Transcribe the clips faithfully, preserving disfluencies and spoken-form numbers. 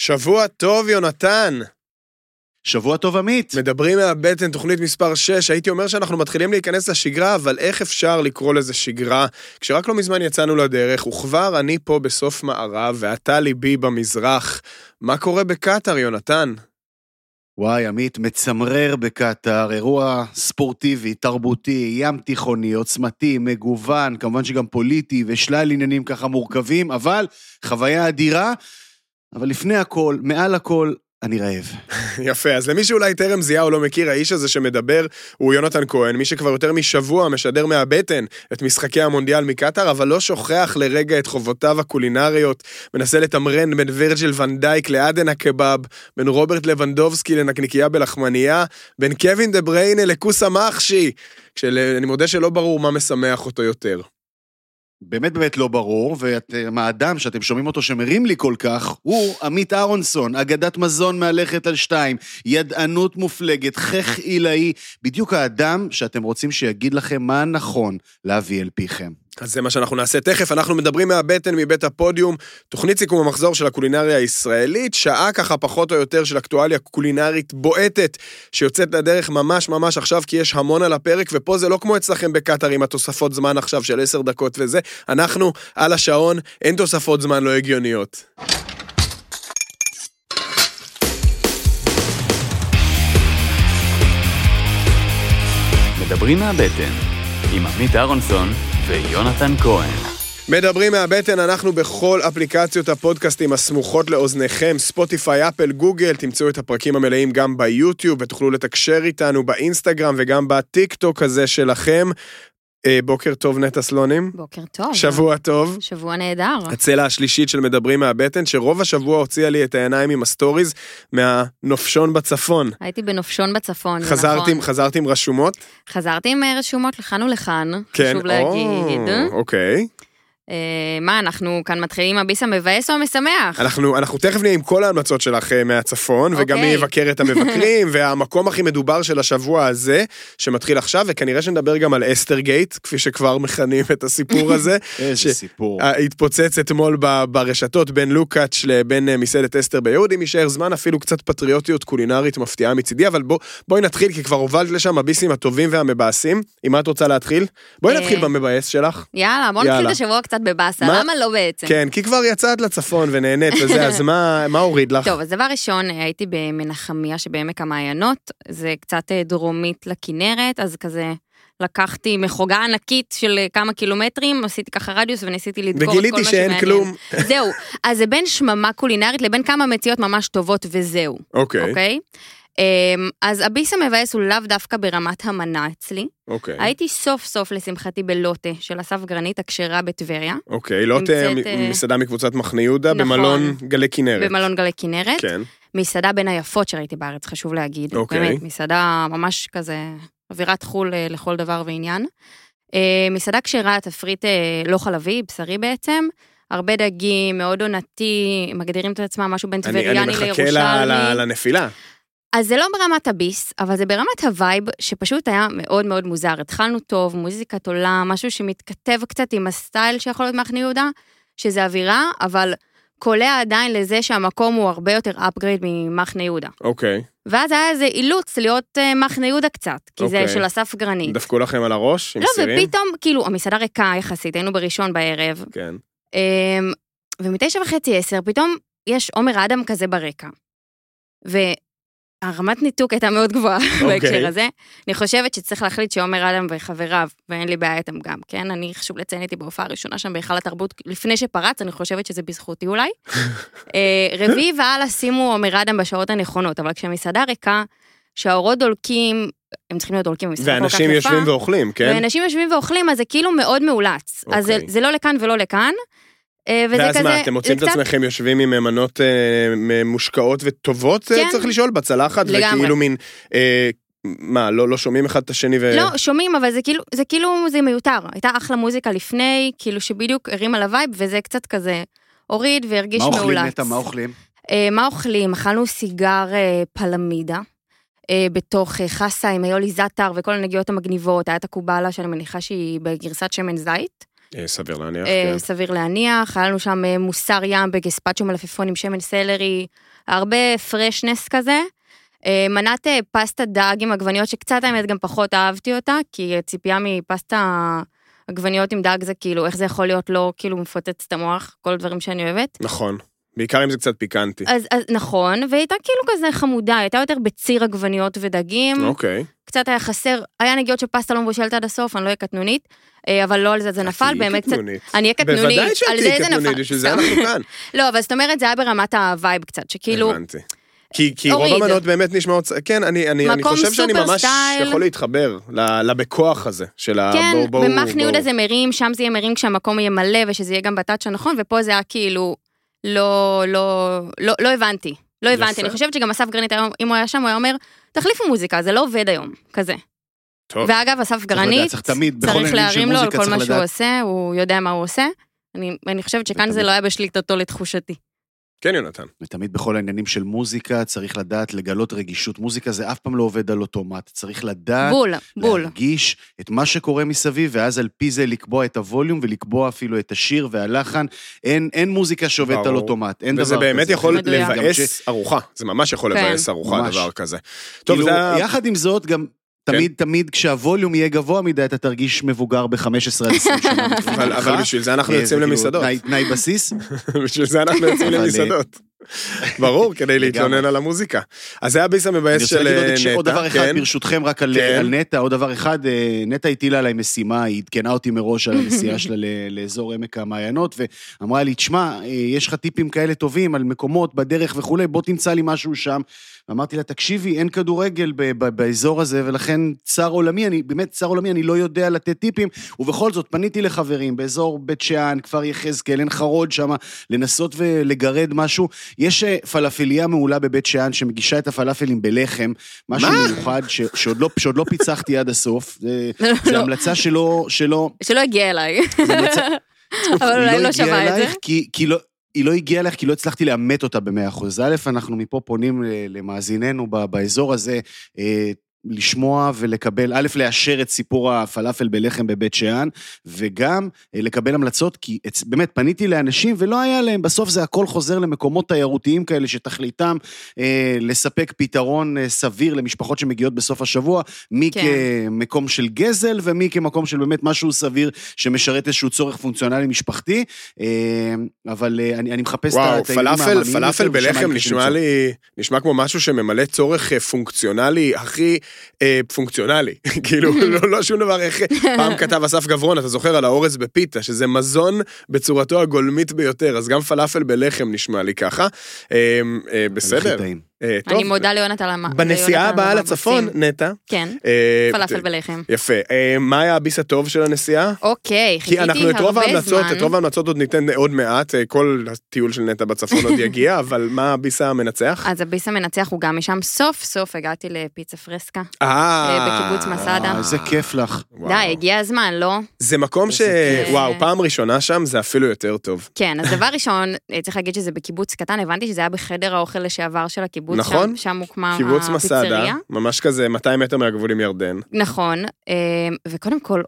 שבוע טוב, יונתן. שבוע טוב, עמית. מדברים מהבטן, תוכנית מספר שש. הייתי אומר שאנחנו מתחילים להיכנס לשגרה, אבל איך אפשר לקרוא לזה שגרה? כשרק לא מזמן יצאנו לדרך, וכבר אני פה בסוף מערב, ואתה ליבי במזרח. מה קורה בקטר, יונתן? וואי, עמית, מצמרר בקטר, אירוע ספורטיבי, תרבותי, ים תיכוני, עוצמתי, מגוון, כמובן שגם פוליטי ושלל עניינים ככה מורכבים, אבל חוויה אדירה. אבל לפני הכל, מעל הכל, אני רעב. יפה, אז למי שאולי טרם זיהה או לא מכיר, האיש הזה שמדבר הוא יונתן כהן, מי שכבר יותר משבוע משדר מהבטן את משחקי המונדיאל מקטר, אבל לא שוכח לרגע את חובותיו הקולינריות, מנסה לתמרן בין וירג'יל ונדייק לעדן הקבאב, בין רוברט לבנדובסקי לנקניקיה בלחמניה, בין קווין דה בריינה לכוס המחשי, כשאני מודה שלא ברור מה משמח אותו יותר. באמת באמת לא ברור, והאדם שאתם שומעים אותו שמרים לי כל כך, הוא עמית אהרונסון, אגדת מזון מהלכת על שתיים, ידענות מופלגת, חך עילאי, בדיוק האדם שאתם רוצים שיגיד לכם מה נכון להביא אל פיכם. אז זה מה שאנחנו נעשה תכף, אנחנו מדברים מהבטן, מבית הפודיום, תוכנית סיכום המחזור של הקולינריה הישראלית, שעה ככה פחות או יותר של אקטואליה קולינרית בועטת, שיוצאת לדרך ממש ממש עכשיו, כי יש המון על הפרק, ופה זה לא כמו אצלכם בקטר עם התוספות זמן עכשיו של עשר דקות וזה, אנחנו על השעון, אין תוספות זמן לא הגיוניות. מדברים מהבטן, עם עמית אהרונסון ויונתן כהן. מדברים מהבטן, אנחנו בכל אפליקציות הפודקאסטים הסמוכות לאוזניכם, ספוטיפיי, אפל, גוגל, תמצאו את הפרקים המלאים גם ביוטיוב, ותוכלו לתקשר איתנו באינסטגרם וגם בטיק טוק הזה שלכם. בוקר טוב נטע סלונים. בוקר טוב. שבוע טוב. שבוע נהדר. הצלע השלישית של מדברים מהבטן, שרוב השבוע הוציאה לי את העיניים עם הסטוריז מהנופשון בצפון. הייתי בנופשון בצפון, זה חזרתי, נכון. חזרתי עם רשומות? חזרתי עם רשומות לכאן ולכאן, כן, חשוב להגיד. או, אוקיי. מה, אנחנו כאן מתחילים עם הביס המבאס או המשמח? אנחנו, אנחנו תכף נהיה עם כל ההמלצות שלך מהצפון, וגם מי יבקר את המבקרים, והמקום הכי מדובר של השבוע הזה, שמתחיל עכשיו, וכנראה שנדבר גם על אסתר גייט, כפי שכבר מכנים את הסיפור הזה. איזה סיפור. התפוצץ אתמול ברשתות בין לוקאץ' לבין מסעדת אסתר ביהוד, אם יישאר זמן, אפילו קצת פטריוטיות קולינרית מפתיעה מצידי, אבל בוא, בואי נתחיל, כי כבר הובלת לשם הביסים הטובים והמבאסים. אם את רוצה להתחיל? בואי נתחיל במבאס שלך. יאללה, בוא נתחיל את השבוע קצת בבאסה, למה לא בעצם? כן, כי כבר יצאת לצפון ונהנית וזה, אז מה, מה הוריד לך? טוב, אז דבר ראשון, הייתי במנחמיה שבעמק המעיינות, זה קצת דרומית לכנרת, אז כזה לקחתי מחוגה ענקית של כמה קילומטרים, עשיתי ככה רדיוס וניסיתי לדקור את כל מה שמעניין. וגיליתי שאין כלום. זהו, אז זה בין שממה קולינרית לבין כמה מציאות ממש טובות וזהו. אוקיי. אוקיי? אז הביס המבאס הוא לאו דווקא ברמת המנה אצלי. אוקיי. הייתי סוף סוף לשמחתי בלוטה של אסף גרנית, הקשרה בטבריה. אוקיי, לוטה מסעדה מקבוצת מחנה יהודה, במלון גלי כנרת. במלון גלי כנרת. כן. מסעדה בין היפות שראיתי בארץ, חשוב להגיד. אוקיי. באמת, מסעדה ממש כזה, אווירת חול לכל דבר ועניין. מסעדה קשרה, תפריט לא חלבי, בשרי בעצם. הרבה דגים, מאוד עונתי, מגדירים את עצמם משהו בין טבריאני לירושלמי. אני מחכה לנפילה. אז זה לא ברמת הביס, אבל זה ברמת הווייב, שפשוט היה מאוד מאוד מוזר. התחלנו טוב, מוזיקת עולם, משהו שמתכתב קצת עם הסטייל שיכול להיות מחנה יהודה, שזה אווירה, אבל קולע עדיין לזה שהמקום הוא הרבה יותר אפגרייד ממחנה יהודה. אוקיי. ואז היה איזה אילוץ להיות מחנה יהודה קצת, כי אוקיי. זה של אסף גרנית. דפקו לכם על הראש עם לא, סירים? ופתאום, כאילו, המסעדה ריקה יחסית, היינו בראשון בערב. כן. ומתשע וחצי עשר, פתאום יש עומר אדם כזה ברקע. ו... הרמת ניתוק הייתה מאוד גבוהה בהקשר הזה. אני חושבת שצריך להחליט שעומר אדם וחבריו, ואין לי בעיה איתם גם, כן? אני חשוב לציין איתי בהופעה הראשונה שם בהיכל התרבות, לפני שפרץ, אני חושבת שזה בזכותי אולי. רביעי ועלה שימו עומר אדם בשעות הנכונות, אבל כשהמסעדה ריקה, שהאורות דולקים, הם צריכים להיות דולקים במסעדה כל כך יפה. ואנשים יושבים ואוכלים, כן? ואנשים יושבים ואוכלים, אז זה כאילו מאוד מאולץ. אז זה לא לכאן ולא לכאן. ואז מה, אתם מוצאים את עצמכם יושבים עם מנות מושקעות וטובות, צריך לשאול, בצלחת, וכאילו מין, מה, לא שומעים אחד את השני ו... לא, שומעים, אבל זה כאילו, זה מיותר. הייתה אחלה מוזיקה לפני, כאילו שבדיוק הרים על הווייב, וזה קצת כזה הוריד והרגיש מאולץ. מה אוכלים, נטע, מה אוכלים? מה אוכלים? אכלנו סיגר פלמידה, בתוך חסה עם היולי זאטר, וכל הנגיעות המגניבות, היה את הקובלה שאני מניחה שהיא בגרסת שמן זית, סביר להניח, כן. סביר להניח, היה לנו שם מוסר ים בגספצ'ו מלפפון עם שמן סלרי, הרבה פרשנס כזה. מנת פסטה דג עם עגבניות, שקצת האמת גם פחות אהבתי אותה, כי ציפייה מפסטה עגבניות עם דג זה כאילו, איך זה יכול להיות לא כאילו מפוצץ את המוח, כל הדברים שאני אוהבת. נכון. בעיקר אם זה קצת פיקנטי. אז, אז נכון, והייתה כאילו כזה חמודה, הייתה יותר בציר עגבניות ודגים. אוקיי. קצת היה חסר, היה נגיעות שפסטה לא מבושלת עד הסוף, אני לא אהיה קטנונית, אבל לא על זה זה נפל, באמת קצת... אני אהיה קטנונית, בוודאי שתהיי קטנונית, בשביל זה אנחנו כאן. לא, אבל זאת אומרת, זה היה ברמת הווייב קצת, שכאילו... הבנתי. כי, כי רוב המנות באמת נשמעות, כן, אני, אני, אני חושב שאני ממש סטייל. יכול להתחבר לבכוח הזה, של כן, הבואו, בואו, במחנה יהודה זה מרים, שם זה יהיה מרים כשהמקום יהיה מלא, ושזה יהיה גם בטאץ' הנכון, ופה זה היה כאילו, לא, לא, לא, לא הבנתי, לא הבנתי, יפה. אני חושבת שגם אסף גרנית, אם הוא היה שם, הוא היה אומר, תחליפו מוזיקה, זה לא עובד היום, כזה. טוב. ואגב, אסף גרנית, צריך, תמיד, צריך להרים לו על כל מה שהוא עושה, הוא יודע מה הוא עושה, אני, אני חושבת שכאן זה לא היה בשליטתו לתחושתי. כן, יונתן. ותמיד בכל העניינים של מוזיקה, צריך לדעת לגלות רגישות. מוזיקה זה אף פעם לא עובד על אוטומט. צריך לדעת, בול, בול. להרגיש את מה שקורה מסביב, ואז על פי זה לקבוע את הווליום, ולקבוע אפילו את השיר והלחן. אין, אין מוזיקה שעובדת על אוטומט. אין דבר כזה. וזה באמת יכול לבאס ארוחה. זה ממש יכול לבאס ארוחה, דבר כזה. טוב, זה... יחד עם זאת, גם... תמיד, תמיד כשהווליום יהיה גבוה מדי, אתה תרגיש מבוגר ב-חמש עשרה עד עשרים שנה. אבל בשביל זה אנחנו יוצאים למסעדות. תנאי בסיס. בשביל זה אנחנו יוצאים למסעדות. ברור, כדי להתלונן על המוזיקה. אז זה הביס המבאס של נטע. עוד דבר אחד, ברשותכם, רק על נטע, עוד דבר אחד, נטע הטילה עליי משימה, היא התקנה אותי מראש על הנסיעה שלה לאזור עמק המעיינות, ואמרה לי, תשמע, יש לך טיפים כאלה טובים על מקומות, בדרך וכו', בוא תמצא לי משהו שם. ואמרתי לה, תקשיבי, אין כדורגל באזור הזה, ולכן צר עולמי, אני, באמת צר עולמי, אני לא יודע לתת טיפים, ובכל זאת פניתי לחברים, באזור בית שאן, כפר יחזקאל, אין חרוד שם, לנסות ולגרד משהו. יש פלאפליה מעולה בבית שאן, שמגישה את הפלאפלים בלחם, משהו מיוחד, שעוד לא, שעוד לא פיצחתי עד הסוף. זה, זה המלצה שלא, שלא... שלא הגיע אליי. אבל אולי לא שווה את זה. כי, כי לא... היא לא הגיעה לך, כי לא הצלחתי לאמת אותה במאה אחוז. א', אנחנו מפה פונים למאזיננו באזור הזה, לשמוע ולקבל, א', לאשר את סיפור הפלאפל בלחם בבית שאן, וגם לקבל המלצות, כי באמת פניתי לאנשים ולא היה להם, בסוף זה הכל חוזר למקומות תיירותיים כאלה, שתכליתם אה, לספק פתרון אה, סביר למשפחות שמגיעות בסוף השבוע, מי כן. כמקום של גזל, ומי כמקום של באמת משהו סביר, שמשרת איזשהו צורך פונקציונלי משפחתי, אה, אבל אה, אני, אני מחפש וואו, את העניינים המאמיים. וואו, פלאפל בלחם נשמע לי, נשמע כמו משהו שממלא צורך פונקציונלי הכי אה, פונקציונלי, כאילו, לא, לא שום דבר, איך פעם כתב אסף גברון, אתה זוכר על האורז בפיתה, שזה מזון בצורתו הגולמית ביותר, אז גם פלאפל בלחם נשמע לי ככה, אה, אה, בסדר. אני מודה ליונתן על המאמצים. בנסיעה הבאה לצפון, נטע. כן, פלאפל בלחם. יפה. מה היה הביס הטוב של הנסיעה? אוקיי, חיכיתי הרבה זמן. כי אנחנו את רוב ההמלצות, את רוב ההמלצות עוד ניתן עוד מעט, כל הטיול של נטע בצפון עוד יגיע, אבל מה הביס המנצח? אז הביס המנצח הוא גם משם, סוף סוף הגעתי לפיצה פרסקה. בקיבוץ מסעדה. איזה כיף לך. די, הגיע הזמן, לא? זה מקום ש... וואו, פעם ראשונה שם זה אפילו יותר טוב. כן, אז דבר ראשון, צריך להגיד שזה בקיבוץ קטן, הבנתי שזה היה בחדר האוכל לשעבר של הקיבוץ. נכון, שם, שם הוקמה קיבוץ הפיצריה. מסעדה, ממש כזה מאתיים מטר מהגבול עם ירדן. נכון, וקודם כל,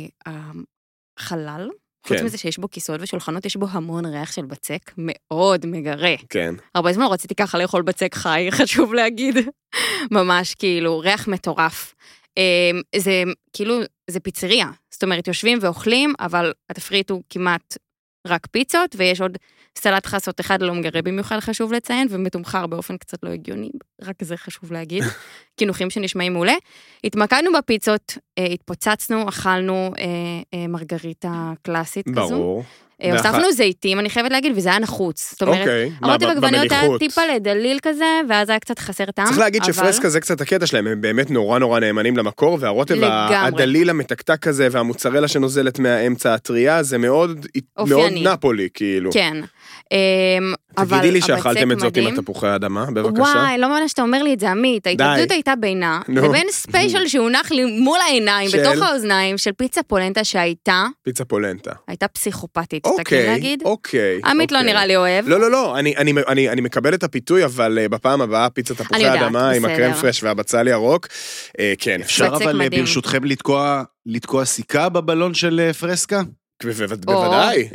החלל, חוץ כן. מזה שיש בו כיסאות ושולחנות, יש בו המון ריח של בצק, מאוד מגרה. כן. הרבה זמן רציתי ככה לאכול בצק חי, חשוב להגיד. ממש כאילו, ריח מטורף. זה כאילו, זה פיצריה, זאת אומרת, יושבים ואוכלים, אבל התפריט הוא כמעט רק פיצות, ויש עוד סלט חסות אחד לא מגרה במיוחד חשוב לציין, ומתומחר באופן קצת לא הגיוני, רק זה חשוב להגיד, כינוחים שנשמעים מעולה. התמקדנו בפיצות, התפוצצנו, אכלנו מרגריטה קלאסית כזו. ברור. הוספנו זיתים, אני חייבת להגיד, וזה היה נחוץ. זאת אומרת, הרוטב עגבניות היה טיפה לדליל כזה, ואז היה קצת חסר טעם. צריך להגיד שפרסקה זה קצת הקטע שלהם, הם באמת נורא נורא נאמנים למקור, והרוטב הדליל המתקתק כזה, והמוצרלה שנוזלת מהאמצע הטריה, זה מאוד נפולי, כאילו. כן. תגידי לי שאכלתם את זאת עם התפוחי האדמה, בבקשה. וואי, לא מאמין שאתה אומר לי את זה, עמית. ההתלבטות הייתה בינה, לבין ספיישל שהונח לי מול העיניים, בתוך האוזניים, של פיצה פולנטה שהייתה. פיצה פולנטה. הייתה פסיכופתית, תקריא להגיד. אוקיי. עמית לא נראה לי אוהב. לא, לא, לא, אני מקבל את הפיתוי, אבל בפעם הבאה פיצה תפוחי האדמה עם הקרם פרש והבצל ירוק. כן. אפשר אבל ברשותכם לתקוע סיכה בבלון של פרסקה? בוודאי.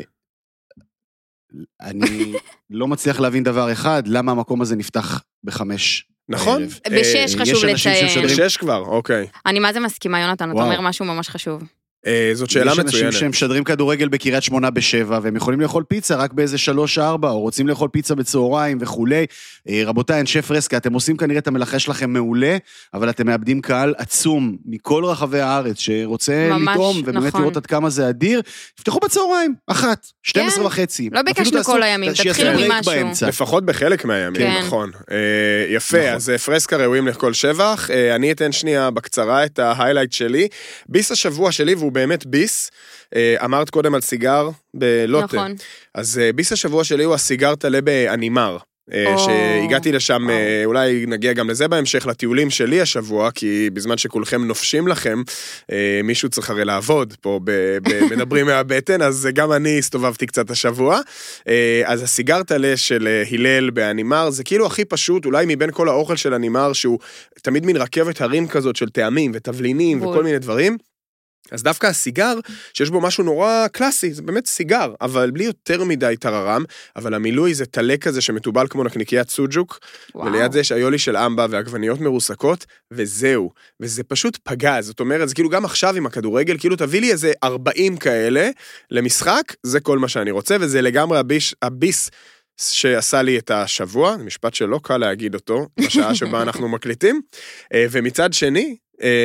אני לא מצליח להבין דבר אחד, למה המקום הזה נפתח בחמש. נכון. בשש חשוב לציין. בשש כבר, אוקיי. אני מה זה מסכימה, יונתן, אתה אומר משהו ממש חשוב. זאת שאלה מצוינת. יש אנשים שהם משדרים כדורגל בקריית שמונה בשבע, והם יכולים לאכול פיצה רק באיזה שלוש ארבע, או רוצים לאכול פיצה בצהריים וכולי. רבותיי, אנשי פרסקה, אתם עושים כנראה את המלאכה שלכם מעולה, אבל אתם מאבדים קהל עצום מכל רחבי הארץ, שרוצה לטעום ובאמת לראות עד כמה זה אדיר. תפתחו בצהריים, אחת, שתים עשרה וחצי. לא ביקשנו כל הימים, תתחילו ממשהו. לפחות בחלק מהימים, נכון. יפה, אז פרסקה ראויים לכל שבח. אני אתן שנייה בקצרה את ההיילייט שלי. ביס השבוע שלי, והוא באמת ביס, אמרת קודם על סיגר בלוטה. נכון. אז ביס השבוע שלי הוא הסיגר תלה באנימר. שהגעתי לשם, אולי נגיע גם לזה בהמשך, לטיולים שלי השבוע, כי בזמן שכולכם נופשים לכם, מישהו צריך הרי לעבוד פה, מדברים מהבטן, אז גם אני הסתובבתי קצת השבוע. אז הסיגר תלה של הלל באנימר, זה כאילו הכי פשוט, אולי מבין כל האוכל של אנימר, שהוא תמיד מין רכבת הרים כזאת של טעמים ותבלינים וכל מיני דברים. אז דווקא הסיגר, שיש בו משהו נורא קלאסי, זה באמת סיגר, אבל בלי יותר מדי טררם, אבל המילוי זה תלה כזה שמטובל כמו נקניקיית סוג'וק, וואו. וליד זה יש איולי של אמבה ועגבניות מרוסקות, וזהו, וזה פשוט פגז, זאת אומרת, זה כאילו גם עכשיו עם הכדורגל, כאילו תביא לי איזה ארבעים כאלה למשחק, זה כל מה שאני רוצה, וזה לגמרי הביש, הביס שעשה לי את השבוע, משפט שלא קל להגיד אותו, בשעה שבה אנחנו מקליטים, ומצד שני,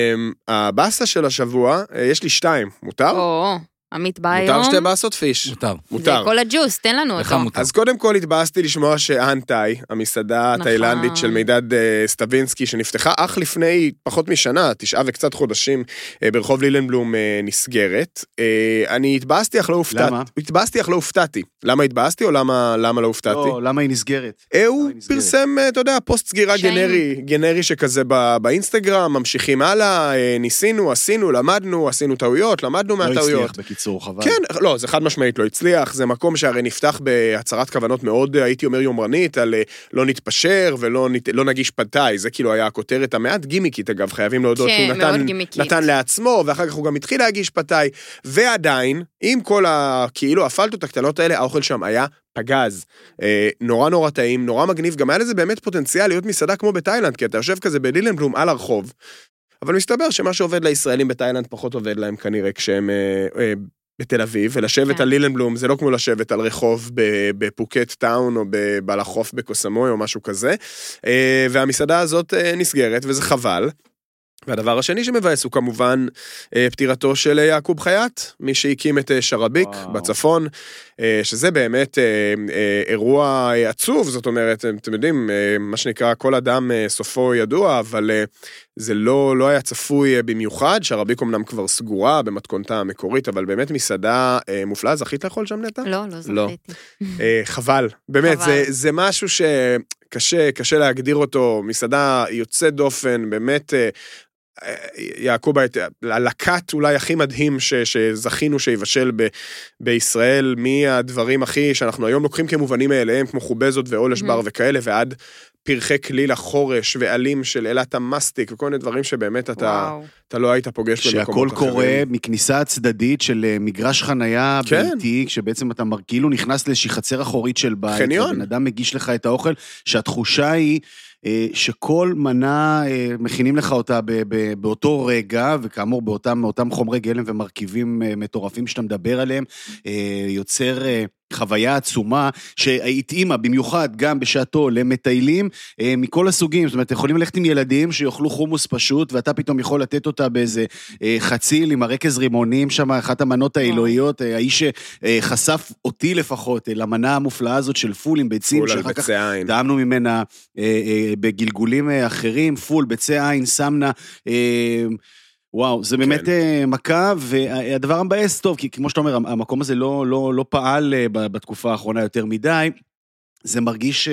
הבאסה של השבוע, יש לי שתיים, מותר? או, עמית בא היום. מותר שתי באסות פיש. מותר. מותר. זה כל הג'וס, תן לנו אותו. אז קודם כל התבאסתי לשמוע שאנטאי, המסעדה התאילנדית של מידד סטווינסקי, שנפתחה אך לפני פחות משנה, תשעה וקצת חודשים, ברחוב לילנבלום נסגרת. אני התבאסתי אך לא הופתעתי. למה? התבאסתי אך לא הופתעתי. למה התבאסתי או למה, למה לא הופתעתי? לא, למה היא נסגרת? הוא פרסם, אתה יודע, פוסט סגירה גנרי, גנרי שכזה באינסטגרם, ממשיכים הלאה, ניסינו, עשינו, למדנו, עשינו טעויות, למדנו מהטעויות. בקיצור, חבל. כן, לא, זה חד משמעית לא הצליח, זה מקום שהרי נפתח בהצהרת כוונות מאוד, הייתי אומר יומרנית, על לא נתפשר ולא לא נגיש פתאי, זה כאילו היה הכותרת המעט גימיקית, אגב, חייבים להודות כן, שהוא נתן, נתן לעצמו, ואחר כך הוא גם התחיל להגיש פתאי, ועדיין, עם כל ה, כאילו, הפלטות הקטנות האלה, האוכל שם היה פגז, אה, נורא נורא טעים, נורא מגניב, גם היה לזה באמת פוטנציאל להיות מסעדה כמו בתאילנד, כי אתה יושב כזה בלילנבלום על הרחוב, אבל מסתבר שמה שעובד לישראלים בתאילנד פחות עובד להם כנראה כשהם אה, אה, בתל אביב, ולשבת כן. על לילנבלום זה לא כמו לשבת על רחוב בפוקט טאון או בלחוף בקוסמוי או משהו כזה, אה, והמסעדה הזאת אה, נסגרת וזה חבל. והדבר השני שמבאס הוא כמובן פטירתו של יעקוב חייט, מי שהקים את שרביק וואו. בצפון, שזה באמת אירוע עצוב, זאת אומרת, אתם יודעים, מה שנקרא כל אדם סופו ידוע, אבל זה לא, לא היה צפוי במיוחד, שרביק אמנם כבר סגורה במתכונתה המקורית, אבל באמת מסעדה מופלאה, זכית לאכול שם נטע? לא, לא זכיתי. לא. חבל, באמת, חבל. זה, זה משהו שקשה, קשה להגדיר אותו, מסעדה יוצא דופן, באמת, יעקוב, הלקט אולי הכי מדהים ש, שזכינו שיבשל ב, בישראל, מהדברים הכי שאנחנו היום לוקחים כמובנים מאליהם, כמו חובזות ואולש בר וכאלה, ועד פרחי כליל החורש ועלים של אלת המסטיק, וכל מיני דברים שבאמת אתה, אתה לא היית פוגש במקומות אחרים. שהכל קורה מכניסה הצדדית של מגרש חנייה כן. ביתי, שבעצם אתה כאילו נכנס לאיזושהי חצר אחורית של בית, חניון. ובן אדם מגיש לך את האוכל, שהתחושה היא שכל מנה מכינים לך אותה באותו רגע, וכאמור באותם, באותם חומרי גלם ומרכיבים מטורפים שאתה מדבר עליהם, יוצר חוויה עצומה שהתאימה במיוחד גם בשעתו למטיילים מכל הסוגים, זאת אומרת, יכולים ללכת עם ילדים שיאכלו חומוס פשוט, ואתה פתאום יכול לתת אותה באיזה חציל עם הרקז רימונים שם, אחת המנות האלוהיות, האיש שחשף אותי לפחות למנה המופלאה הזאת של פול עם ביצים, שאחר כך דאמנו ממנה בגלגולים אחרים, פול, ביצי עין, סמנה, וואו, זה באמת כן. מכה, והדבר המבאס טוב, כי כמו שאתה אומר, המקום הזה לא, לא, לא פעל בתקופה האחרונה יותר מדי, זה מרגיש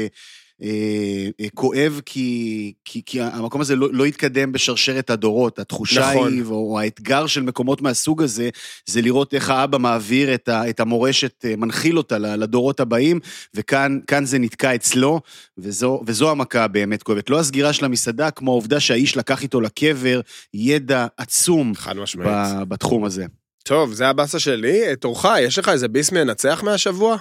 אה, אה, כואב, כי, כי, כי המקום הזה לא, לא יתקדם בשרשרת הדורות, התחושה נכון. היא, או האתגר של מקומות מהסוג הזה, זה לראות איך האבא מעביר את, ה, את המורשת, מנחיל אותה לדורות הבאים, וכאן כאן זה נתקע אצלו, וזו, וזו המכה באמת כואבת. לא הסגירה של המסעדה, כמו העובדה שהאיש לקח איתו לקבר, ידע עצום בתחום הזה. טוב, זה הבאסה שלי. תורך, יש לך איזה ביס מנצח מהשבוע?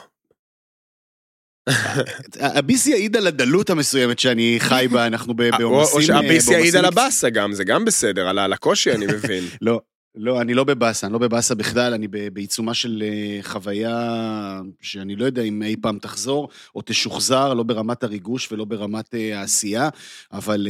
הביס יעיד על הדלות המסוימת שאני חי בה, אנחנו בעומסים. או שהביס יעיד על הבאסה גם, זה גם בסדר, על הקושי אני מבין. לא, לא, אני לא בבאסה, אני לא בבאסה בכלל, אני בעיצומה של חוויה שאני לא יודע אם אי פעם תחזור, או תשוחזר, לא ברמת הריגוש ולא ברמת העשייה, אבל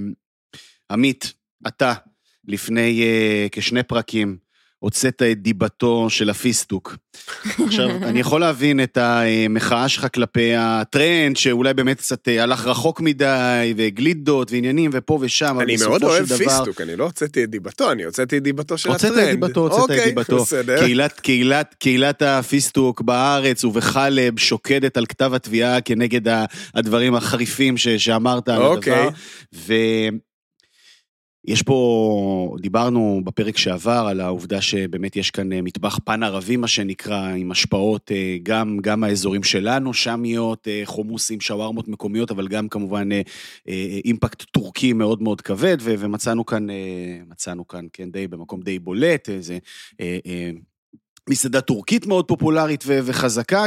עמית, אתה, לפני כשני פרקים, הוצאת את דיבתו של הפיסטוק. עכשיו, אני יכול להבין את המחאה שלך כלפי הטרנד, שאולי באמת קצת הלך רחוק מדי, וגלידות ועניינים ופה ושם, אני מאוד אוהב פיסטוק, אני לא הוצאתי את דיבתו, אני הוצאתי את דיבתו של הטרנד. הוצאת את דיבתו, הוצאת את דיבתו. קהילת, קהילת, קהילת הפיסטוק בארץ ובחלב שוקדת על כתב התביעה כנגד הדברים החריפים שאמרת על הדבר, ו... יש פה, דיברנו בפרק שעבר על העובדה שבאמת יש כאן מטבח פן ערבי, מה שנקרא, עם השפעות גם, גם האזורים שלנו, שמיות, חומוסים, שווארמות מקומיות, אבל גם כמובן אימפקט טורקי מאוד מאוד כבד, ומצאנו כאן, מצאנו כאן, כן, די, במקום די בולט, איזה... מסעדה טורקית מאוד פופולרית וחזקה,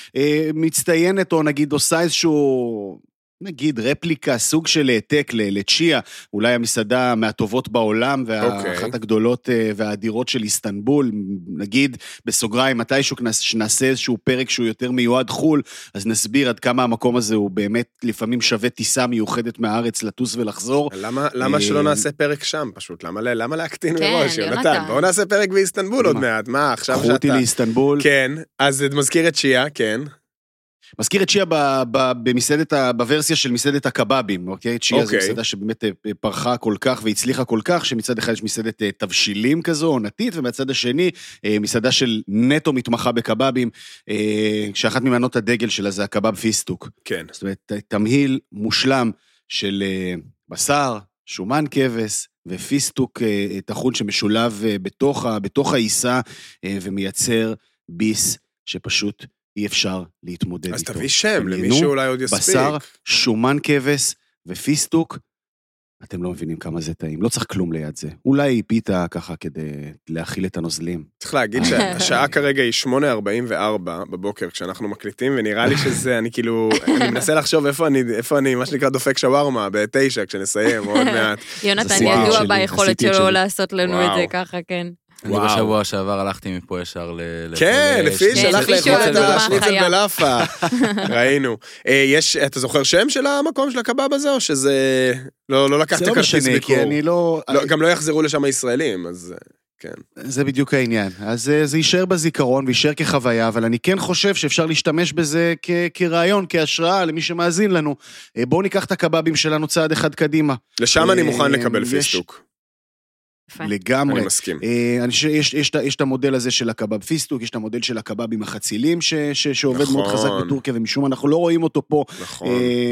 כשמצטיינת או נגיד עושה איזשהו... נגיד רפליקה, סוג של העתק לצ'יה, אולי המסעדה מהטובות בעולם, ואחת הגדולות והאדירות של איסטנבול, נגיד בסוגריים, מתישהו שנעשה איזשהו פרק שהוא יותר מיועד חול, אז נסביר עד כמה המקום הזה הוא באמת לפעמים שווה טיסה מיוחדת מהארץ לטוס ולחזור. למה, למה שלא נעשה פרק שם פשוט? למה, למה להקטין מראש, יונתן? בואו נעשה פרק באיסטנבול עוד מעט, מה עכשיו שאתה... קחו אותי לאיסטנבול. כן, אז מזכיר את צ'יה, כן. מזכיר את צ'יה במסעדת, בוורסיה של מסעדת הקבאבים, אוקיי? צ'יה זו מסעדה שבאמת פרחה כל כך והצליחה כל כך, שמצד אחד יש מסעדת תבשילים כזו, עונתית, ומצד השני, מסעדה של נטו מתמחה בקבאבים, שאחת ממנות הדגל שלה זה הקבאב פיסטוק. כן. זאת אומרת, תמהיל מושלם של בשר, שומן כבש, ופיסטוק תחון שמשולב בתוך, בתוך העיסה, ומייצר ביס שפשוט אי אפשר להתמודד איתו. אז תביא שם, למי שאולי עוד יספיק. בשר, שומן כבש ופיסטוק, אתם לא מבינים כמה זה טעים. לא צריך כלום ליד זה. אולי פיתה ככה כדי להכיל את הנוזלים. צריך להגיד שהשעה כרגע היא שמונה ארבעים וארבע בבוקר, כשאנחנו מקליטים, ונראה לי שזה, אני כאילו, אני מנסה לחשוב איפה אני, איפה אני, מה שנקרא דופק שווארמה, בתשע, כשנסיים, עוד מעט. יונתן ידוע ביכולת שלו לעשות לנו את זה ככה, כן. אני בשבוע שעבר הלכתי מפה ישר ל... כן, לפי שלח לאכול את השניצל בלאפה. ראינו. יש, אתה זוכר שם של המקום של הקבאב הזה, או שזה... לא לקחת כרטיס ביקור? גם לא יחזרו לשם הישראלים, אז... כן. זה בדיוק העניין. אז זה יישאר בזיכרון ויישאר כחוויה, אבל אני כן חושב שאפשר להשתמש בזה כרעיון, כהשראה למי שמאזין לנו. בואו ניקח את הקבאבים שלנו צעד אחד קדימה. לשם אני מוכן לקבל פיסטוק. לגמרי. אני מסכים. יש, יש, יש, יש את המודל הזה של הקבאב פיסטוק, יש את המודל של הקבאבים החצילים, ש, ש, שעובד נכון. מאוד חזק בטורקיה, ומשום אנחנו לא רואים אותו פה. נכון.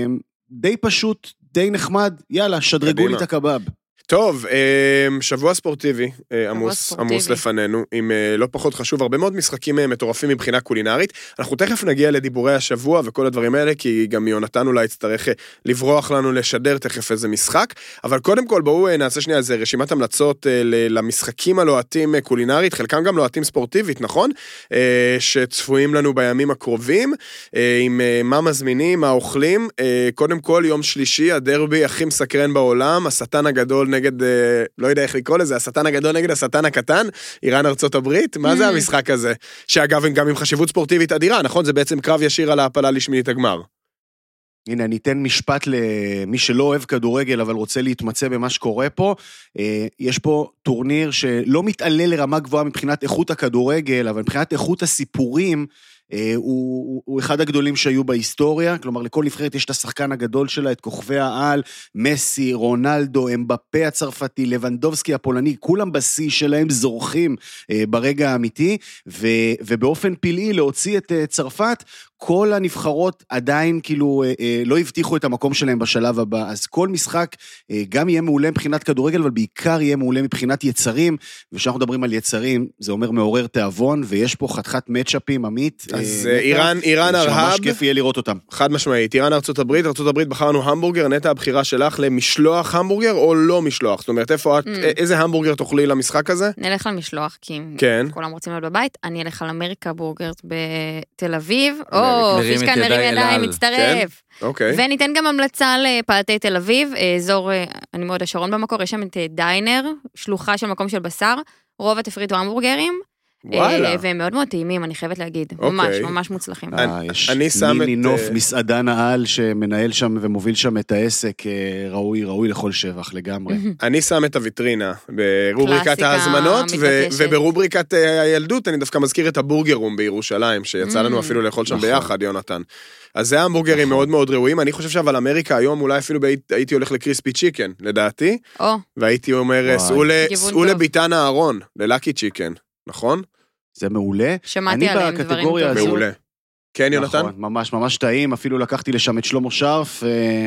די פשוט, די נחמד, יאללה, שדרגו לי את הקבאב. טוב, שבוע ספורטיבי, עמוס, עמוס לפנינו, עם לא פחות חשוב, הרבה מאוד משחקים מטורפים מבחינה קולינרית. אנחנו תכף נגיע לדיבורי השבוע וכל הדברים האלה, כי גם יונתן אולי יצטרך לברוח לנו לשדר תכף איזה משחק, אבל קודם כל בואו נעשה שנייה איזה רשימת המלצות למשחקים הלוהטים קולינרית, חלקם גם לוהטים ספורטיבית, נכון? שצפויים לנו בימים הקרובים, עם מה מזמינים, מה אוכלים. קודם כל, יום שלישי, הדרבי הכי מסקרן בעולם, השטן הגדול נגד, לא יודע איך לקרוא לזה, השטן הגדול נגד השטן הקטן, איראן ארצות הברית, מה זה המשחק הזה? שאגב, גם עם חשיבות ספורטיבית אדירה, נכון? זה בעצם קרב ישיר על ההפלה לשמינית הגמר. הנה, אני אתן משפט למי שלא אוהב כדורגל, אבל רוצה להתמצא במה שקורה פה. יש פה טורניר שלא מתעלה לרמה גבוהה מבחינת איכות הכדורגל, אבל מבחינת איכות הסיפורים, הוא, הוא אחד הגדולים שהיו בהיסטוריה, כלומר לכל נבחרת יש את השחקן הגדול שלה, את כוכבי העל, מסי, רונלדו, אמבפה הצרפתי, לבנדובסקי הפולני, כולם בשיא שלהם זורחים ברגע האמיתי, ו, ובאופן פלאי להוציא את צרפת, כל הנבחרות עדיין כאילו לא הבטיחו את המקום שלהם בשלב הבא, אז כל משחק גם יהיה מעולה מבחינת כדורגל, אבל בעיקר יהיה מעולה מבחינת יצרים, ושאנחנו מדברים על יצרים, זה אומר מעורר תיאבון, ויש פה חתיכת מצ'אפים, עמית. אז איראן, איראן ארהב. שממש כיף יהיה לראות אותם. חד משמעית, איראן ארצות הברית, ארצות הברית בחרנו המבורגר, נטע הבחירה שלך למשלוח המבורגר או לא משלוח? זאת אומרת, איפה את, איזה המבורגר תוכלי למשחק הזה? נלך על משלוח, כי כן. כולם רוצים להיות בבית, אני אלך על אמריקה בורגרס בתל אביב, או פישקן מרים ידיים, מצטרף. אוקיי. וניתן גם המלצה לפאתי תל אביב, אזור, אני מאוד השרון במקור, יש שם את דיינר, שלוחה של מקום של בשר, רוב התפריט הוא המבורגרים, וואלה. והם מאוד מאוד טעימים, אני חייבת להגיד, אוקיי. ממש, ממש מוצלחים. יש מיני נוף מסעדן העל שמנהל שם ומוביל שם את העסק, ראוי, ראוי לכל שבח לגמרי. אני שם את הוויטרינה ברובריקת ההזמנות, וברובריקת הילדות אני דווקא מזכיר את הבורגרום בירושלים, שיצא לנו אפילו לאכול שם ביחד, יונתן. אז זה המבורגרים מאוד מאוד ראויים, אני חושב שאבל אמריקה היום אולי אפילו הייתי הולך לקריספי צ'יקן, לדעתי, והייתי אומר, סעו לביטן הארון, ללאקי צ'יקן. נכון? זה מעולה. שמעתי עליהם דברים טובים. מעולה. כן, יונתן? נכון, ממש ממש טעים, אפילו לקחתי לשם את שלמה שרף,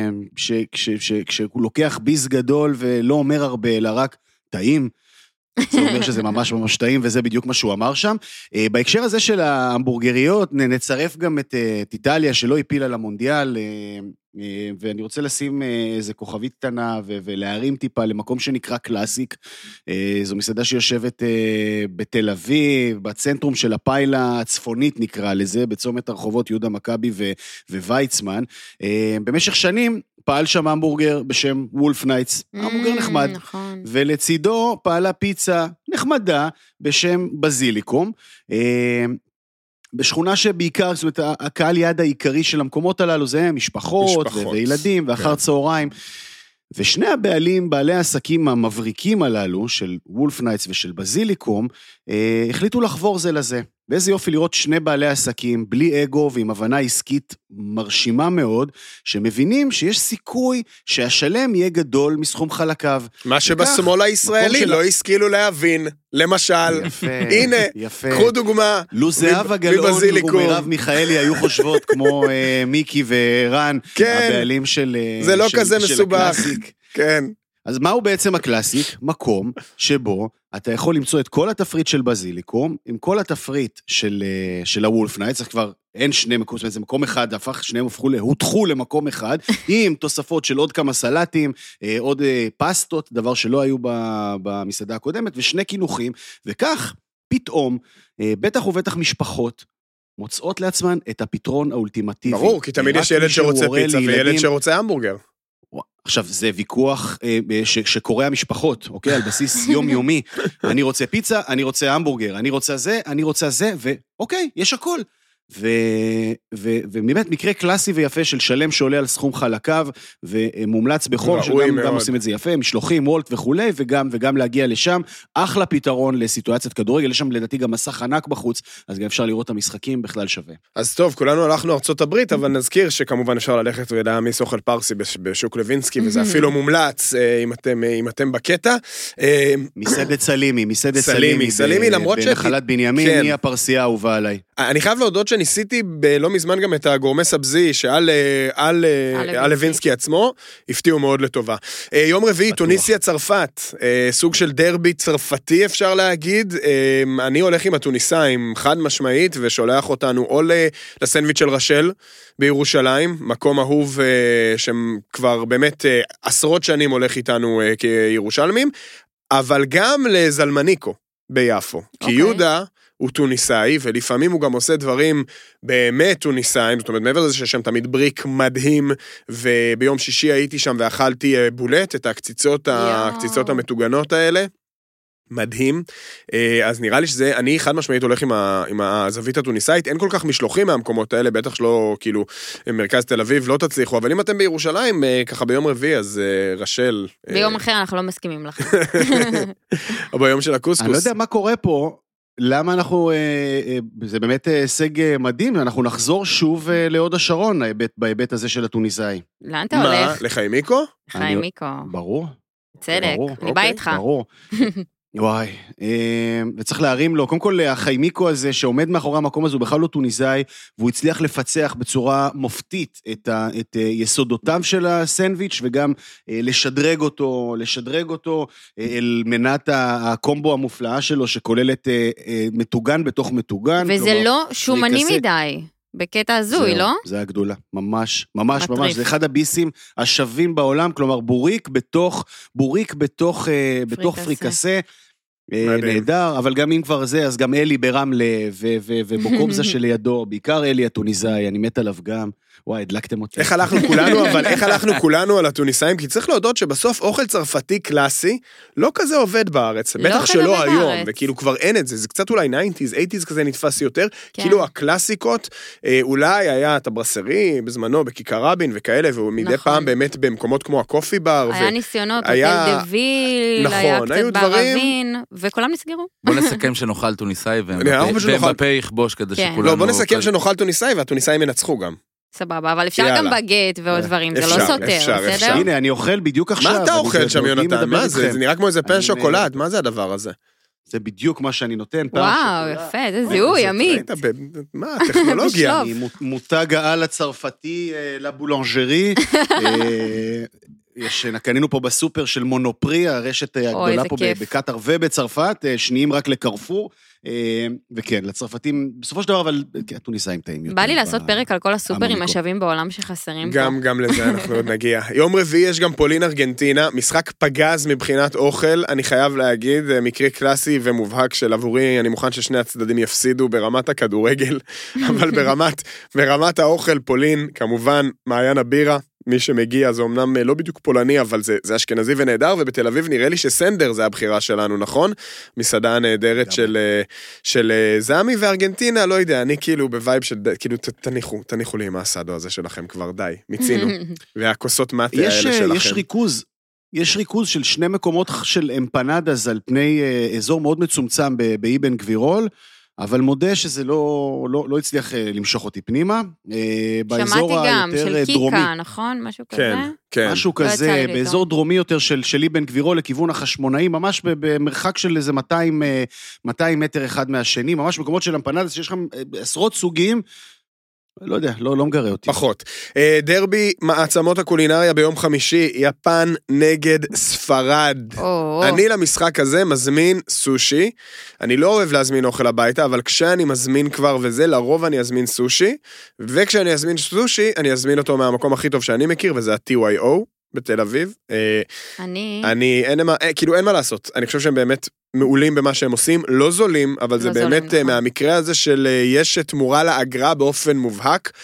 כשהוא לוקח ביס גדול ולא אומר הרבה, אלא רק טעים, זה אומר שזה ממש ממש טעים, וזה בדיוק מה שהוא אמר שם. בהקשר הזה של ההמבורגריות, נצרף גם את איטליה, שלא הפילה למונדיאל, ואני רוצה לשים איזה כוכבית קטנה, ולהרים טיפה למקום שנקרא קלאסיק, זו מסעדה שיושבת בתל אביב, בצנטרום של הפיילה הצפונית נקרא לזה, בצומת הרחובות יהודה מכבי וויצמן, במשך שנים, פעל שם המבורגר בשם וולף נייטס, המבורגר נחמד, ולצידו פעלה פיצה נחמדה בשם בזיליקום, בשכונה שבעיקר, זאת אומרת, הקהל יעד העיקרי של המקומות הללו, זה משפחות, משפחות. וילדים, ואחר צהריים, ושני הבעלים, בעלי העסקים המבריקים הללו, של וולף נייטס ושל בזיליקום, אה, החליטו לחבור זה לזה. ואיזה יופי לראות שני בעלי עסקים, בלי אגו ועם הבנה עסקית מרשימה מאוד, שמבינים שיש סיכוי שהשלם יהיה גדול מסכום חלקיו. מה שבשמאל הישראלי לא השכילו להבין. למשל, יפה, הנה, יפה. קחו דוגמה. לו זהבה גלאון ומירב מיכאלי היו חושבות כמו אה, מיקי ורן, כן, הבעלים של הקלאסיק. זה לא של, כזה מסובך. כן. אז מהו בעצם הקלאסיק? מקום שבו אתה יכול למצוא את כל התפריט של בזיליקום, עם כל התפריט של, של הוולף נייטס, אז כבר אין שני מקומות, זה מקום אחד, הפך, שניהם הפכו, הותחו למקום אחד, עם תוספות של עוד כמה סלטים, עוד פסטות, דבר שלא היו במסעדה הקודמת, ושני כינוחים, וכך פתאום, בטח ובטח משפחות, מוצאות לעצמן את הפתרון האולטימטיבי. ברור, כי תמיד יש ילד שרוצה פיצה, וילד שרוצה המבורגר. עכשיו, זה ויכוח ש- שקורא המשפחות, אוקיי? על בסיס יומיומי. אני רוצה פיצה, אני רוצה המבורגר, אני רוצה זה, אני רוצה זה, ואוקיי, יש הכל. ו... ו... ובאמת מקרה קלאסי ויפה של שלם שעולה על סכום חלקיו, ומומלץ בחום, שגם גם עושים את זה יפה, משלוחים, וולט וכו', וגם, וגם להגיע לשם, אחלה פתרון לסיטואציית כדורגל, יש שם לדעתי גם מסך ענק בחוץ, אז גם אפשר לראות את המשחקים בכלל שווה. אז טוב, כולנו הלכנו ארצות הברית, אבל נזכיר שכמובן אפשר ללכת ולהעמיס אוכל פרסי בשוק לוינסקי, וזה אפילו מומלץ, אם אתם, אם אתם בקטע. מסעדת סלימי, מסעדת סלימי, סלימי, למרות ש... בנחלת בנימין, היא הפרסייה האהובה עליי. אני חייב להודות שניסיתי בלא מזמן גם את הגורמי סבזי, שעל על, על לוינסקי עצמו, הפתיעו מאוד לטובה. יום רביעי, טוניסיה צרפת, סוג של דרבי צרפתי אפשר להגיד, אני הולך עם הטוניסאים חד משמעית, ושולח אותנו או לסנדוויץ' של רשל בירושלים, מקום אהוב שכבר באמת עשרות שנים הולך איתנו כירושלמים, אבל גם לזלמניקו ביפו, כי יהודה הוא טוניסאי, ולפעמים הוא גם עושה דברים באמת טוניסאים, זאת אומרת, מעבר לזה ששם תמיד בריק מדהים, וביום שישי הייתי שם ואכלתי בולט, את הקציצות, הקציצות המתוגנות האלה, מדהים, אז נראה לי שזה, אני חד משמעית הולך עם, ה, עם הזווית הטוניסאית, אין כל כך משלוחים מהמקומות האלה, בטח שלא, כאילו, מרכז תל אביב לא תצליחו, אבל אם אתם בירושלים, ככה ביום רביעי, אז רשל... ביום אחר אנחנו לא מסכימים לכם. או ביום של הקוסקוס. אני לא יודע מה קורה פה, למה אנחנו, זה באמת הישג מדהים, אנחנו נחזור שוב להוד השרון, בהיבט הזה של הטוניסאי. לאן אתה הולך? מה, לחיימיקו? חיימיקו. ברור. צדק, אני בא איתך. ברור. וואי, וצריך להרים לו, קודם כל החיימיקו הזה שעומד מאחורי המקום הזה, הוא בכלל לא טוניסאי, והוא הצליח לפצח בצורה מופתית את, ה, את יסודותיו של הסנדוויץ' וגם לשדרג אותו, לשדרג אותו אל מנת הקומבו המופלאה שלו, שכוללת מטוגן בתוך מטוגן. וזה כלומר, לא שומני מדי. בקטע הזוי, לא? זה הגדולה, ממש, ממש, מטריף. ממש, זה אחד הביסים השווים בעולם, כלומר בוריק בתוך, בוריק בתוך, פריקסה. בתוך פריקסה, נהדר, אבל גם אם כבר זה, אז גם אלי ברמלה, ובוקובזה שלידו, בעיקר אלי הטוניסאי, אני מת עליו גם, וואי, הדלקתם אותי. איך הלכנו כולנו, אבל איך הלכנו כולנו על הטוניסאים? כי צריך להודות שבסוף אוכל צרפתי קלאסי, לא כזה עובד בארץ, בטח שלא היום, וכאילו כבר אין את זה, זה קצת אולי תשעים, שמונים כזה נתפס יותר, כאילו הקלאסיקות, אולי היה את הברסרי בזמנו, בכיכר רבין וכאלה, ומדי פעם באמת במקומות כמו הקופי בר. היה ניסיונות, הוטל דוויל, היה קצת בערבין, וכולם נסגרו. בוא נסכם שנאכל טוניסאי, ובפה יכבוש כדי שכולנו... לא, בוא נסכם שנאכל טוניסאי, והטוניסאים ינצחו גם. סבבה, אבל אפשר גם בגט ועוד דברים, זה לא סותר, בסדר? הנה, אני אוכל בדיוק עכשיו. מה אתה אוכל שם, יונתן? מה זה? זה נראה כמו איזה פן שוקולד, מה זה הדבר הזה? זה בדיוק מה שאני נותן. וואו, יפה, זה זיהוי, עמית. מה, טכנולוגיה? מותג העל הצרפתי לבולנג'רי, יש, קנינו פה בסופר של מונופרי, הרשת הגדולה פה בקטר ובצרפת, שניים רק לקרפור, וכן, לצרפתים, בסופו של דבר, אבל הטוניסאים טעים יותר. בא לי לעשות פרק על כל הסופרים השווים בעולם שחסרים פה. גם, גם לזה אנחנו עוד נגיע. יום רביעי יש גם פולין ארגנטינה, משחק פגז מבחינת אוכל, אני חייב להגיד, מקרה קלאסי ומובהק של עבורי, אני מוכן ששני הצדדים יפסידו ברמת הכדורגל, אבל ברמת, ברמת האוכל פולין, כמובן, מעיין הבירה, מי שמגיע, זה אמנם לא בדיוק פולני, אבל זה, זה אשכנזי ונהדר, ובתל אביב נראה לי שסנדר זה הבחירה שלנו, נכון? מסעדה הנהדרת של, של זמי וארגנטינה, לא יודע, אני כאילו בווייב של, כאילו תניחו, תניחו לי עם האסדו הזה שלכם כבר, די, מיצינו. והכוסות מטה האלה שלכם. יש ריכוז, יש ריכוז של שני מקומות של אמפנדז על פני אזור מאוד מצומצם באיבן גבירול, אבל מודה שזה לא, לא, לא הצליח למשוך אותי פנימה. שמעתי גם, של קיקה, נכון? משהו כזה? כן, כן. משהו כזה, באזור דרומי יותר של, של איבן גבירו לכיוון החשמונאי, ממש במרחק של איזה מאתיים, מאתיים מטר אחד מהשני, ממש מקומות של אמפנדס, שיש שם עשרות סוגים, לא יודע, לא, לא מגרה אותי. פחות. דרבי מעצמות הקולינריה ביום חמישי, יפן נגד ספרד. או, אני למשחק הזה מזמין סושי. אני לא אוהב להזמין אוכל הביתה, אבל כשאני מזמין כבר וזה, לרוב אני אזמין סושי, וכשאני אזמין סושי, אני אזמין אותו מהמקום הכי טוב שאני מכיר, וזה ה-טי וואי או בתל אביב. אני... אני, אין מה, כאילו אין מה לעשות. אני חושב שהם באמת מעולים במה שהם עושים, לא זולים, אבל זה באמת מהמקרה הזה של יש תמורה לאגרה באופן מובהק.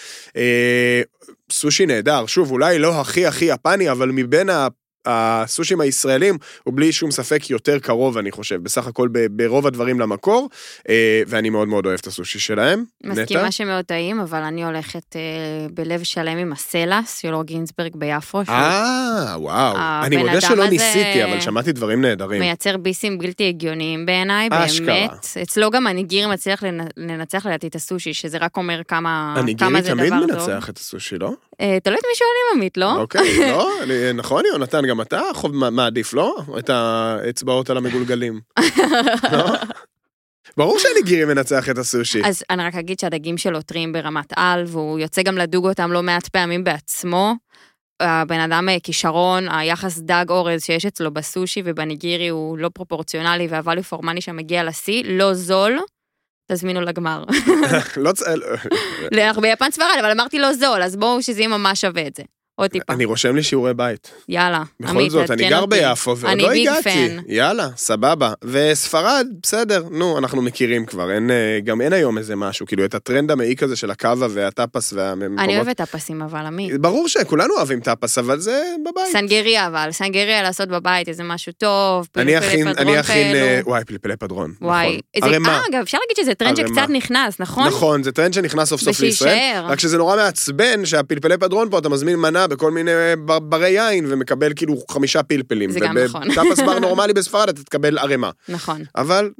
סושי נהדר, שוב, אולי לא הכי הכי יפני, אבל מבין הסושים הישראלים, הוא בלי שום ספק יותר קרוב, אני חושב, בסך הכל ברוב הדברים למקור, ואני מאוד מאוד אוהב את הסושי שלהם. מסכימה שמאוד טעים, אבל אני הולכת בלב שלם עם הסלס, של אור גינצברג ביפו. אה, וואו. אני מודה שלא ניסיתי, אבל שמעתי דברים נהדרים. מייצר ביסים בלתי הגיוניים בעיניי, באמת. אצלו גם הניגירי מצליח לנצח לדעתי את הסושי, שזה רק אומר כמה זה דבר טוב. הניגירי תמיד מנצח את הסושי, לא? תלוי את מי שואלים, עמית, לא? אוקיי, לא, נכון, יונתן, גם אתה מעדיף, לא? את האצבעות על המגולגלים. לא? ברור שהניגירי מנצח את הסושי. אז אני רק אגיד שהדגים שלו טריים ברמת על, והוא יוצא גם לדוג אותם לא מעט פעמים בעצמו. הבן אדם כישרון, היחס דג אורז שיש אצלו בסושי ובניגירי הוא לא פרופורציונלי, והוואליו פורמני שמגיע לשיא, לא זול, תזמינו לגמר. לא צעל... אנחנו ביפן ספרד, אבל אמרתי לא זול, אז בואו שזה יהיה ממש שווה את זה. עוד טיפה. אני רושם לי שיעורי בית. יאללה. בכל זאת, אני גר ביפו, ועוד לא הגעתי. יאללה, סבבה. וספרד, בסדר, נו, אנחנו מכירים כבר. גם אין היום איזה משהו, כאילו, את הטרנד המעיק הזה של הקאבה והטאפס והמקומות. אני אוהבת טאפסים, אבל עמית. ברור שכולנו אוהבים טאפס, אבל זה בבית. סנגריה, אבל, סנגריה לעשות בבית, איזה משהו טוב, פלפלי פדרון כאלו. וואי, פלפלי פדרון. וואי. אגב, אפשר להגיד שזה טרנד שקצת נכנס, נכון? נכון, זה טרנד שנכנס סוף סוף לישראל. רק שזה נורא מעצבן שהפלפלי פדרון פה, אתה מזמין מנה בכל מיני ברי יין, ומקבל כאילו חמישה פלפלים. זה גם נכון. ובטאפס בר נורמלי בספרד, אתה תקבל ערימה. נכון. אבל, נו,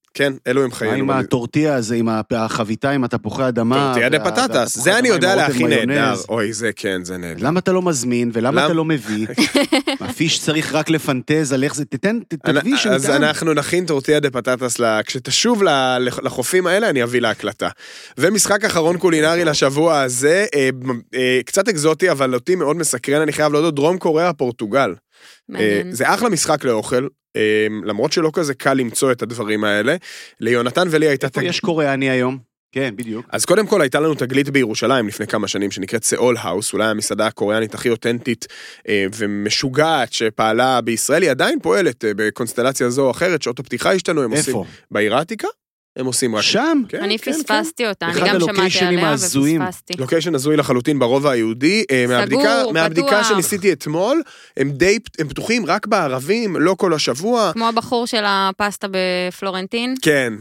כן, אלו הם חיינו. עם הטורטיה הזה, עם החביתה, עם התפוחי אדמה. טורטיה דה פטטס, זה אני יודע להכין נהדר. אוי, זה כן, זה נהדר. למה אתה לא מזמין, ולמה אתה לא מביא? הפיש צריך רק לפנטז על איך זה, תתן, תביא שמטעם. אז אנחנו נכין טורטיה דה פטטס, כשתשוב לחופים האלה, אני אביא להקלטה. ומשחק אחרון קולינרי לשבוע הזה, קצת אקזוטי, אבל אותי מאוד מסקרן, אני חייב להודות, דרום קוריאה, פורטוגל. זה אחלה משחק לאוכל, למרות שלא כזה קל למצוא את הדברים האלה. ליונתן ולי הייתה... איפה יש קוריאני היום? כן, בדיוק. אז קודם כל הייתה לנו תגלית בירושלים לפני כמה שנים, שנקראת סאול האוס, אולי המסעדה הקוריאנית הכי אותנטית ומשוגעת שפעלה בישראל, היא עדיין פועלת בקונסטלציה זו או אחרת, שעות הפתיחה השתנו, הם עושים בעיר העתיקה. הם עושים רק... שם? כן, אני כן, פספסתי כן. אותה, אני גם שמעתי עליה ופספסתי. לוקיישן הזוי לחלוטין ברובע היהודי. סגור, מהבדיקה, פתוח. מהבדיקה שניסיתי אתמול, הם די, הם פתוחים רק בערבים, לא כל השבוע. כמו הבחור של הפסטה בפלורנטין. כן.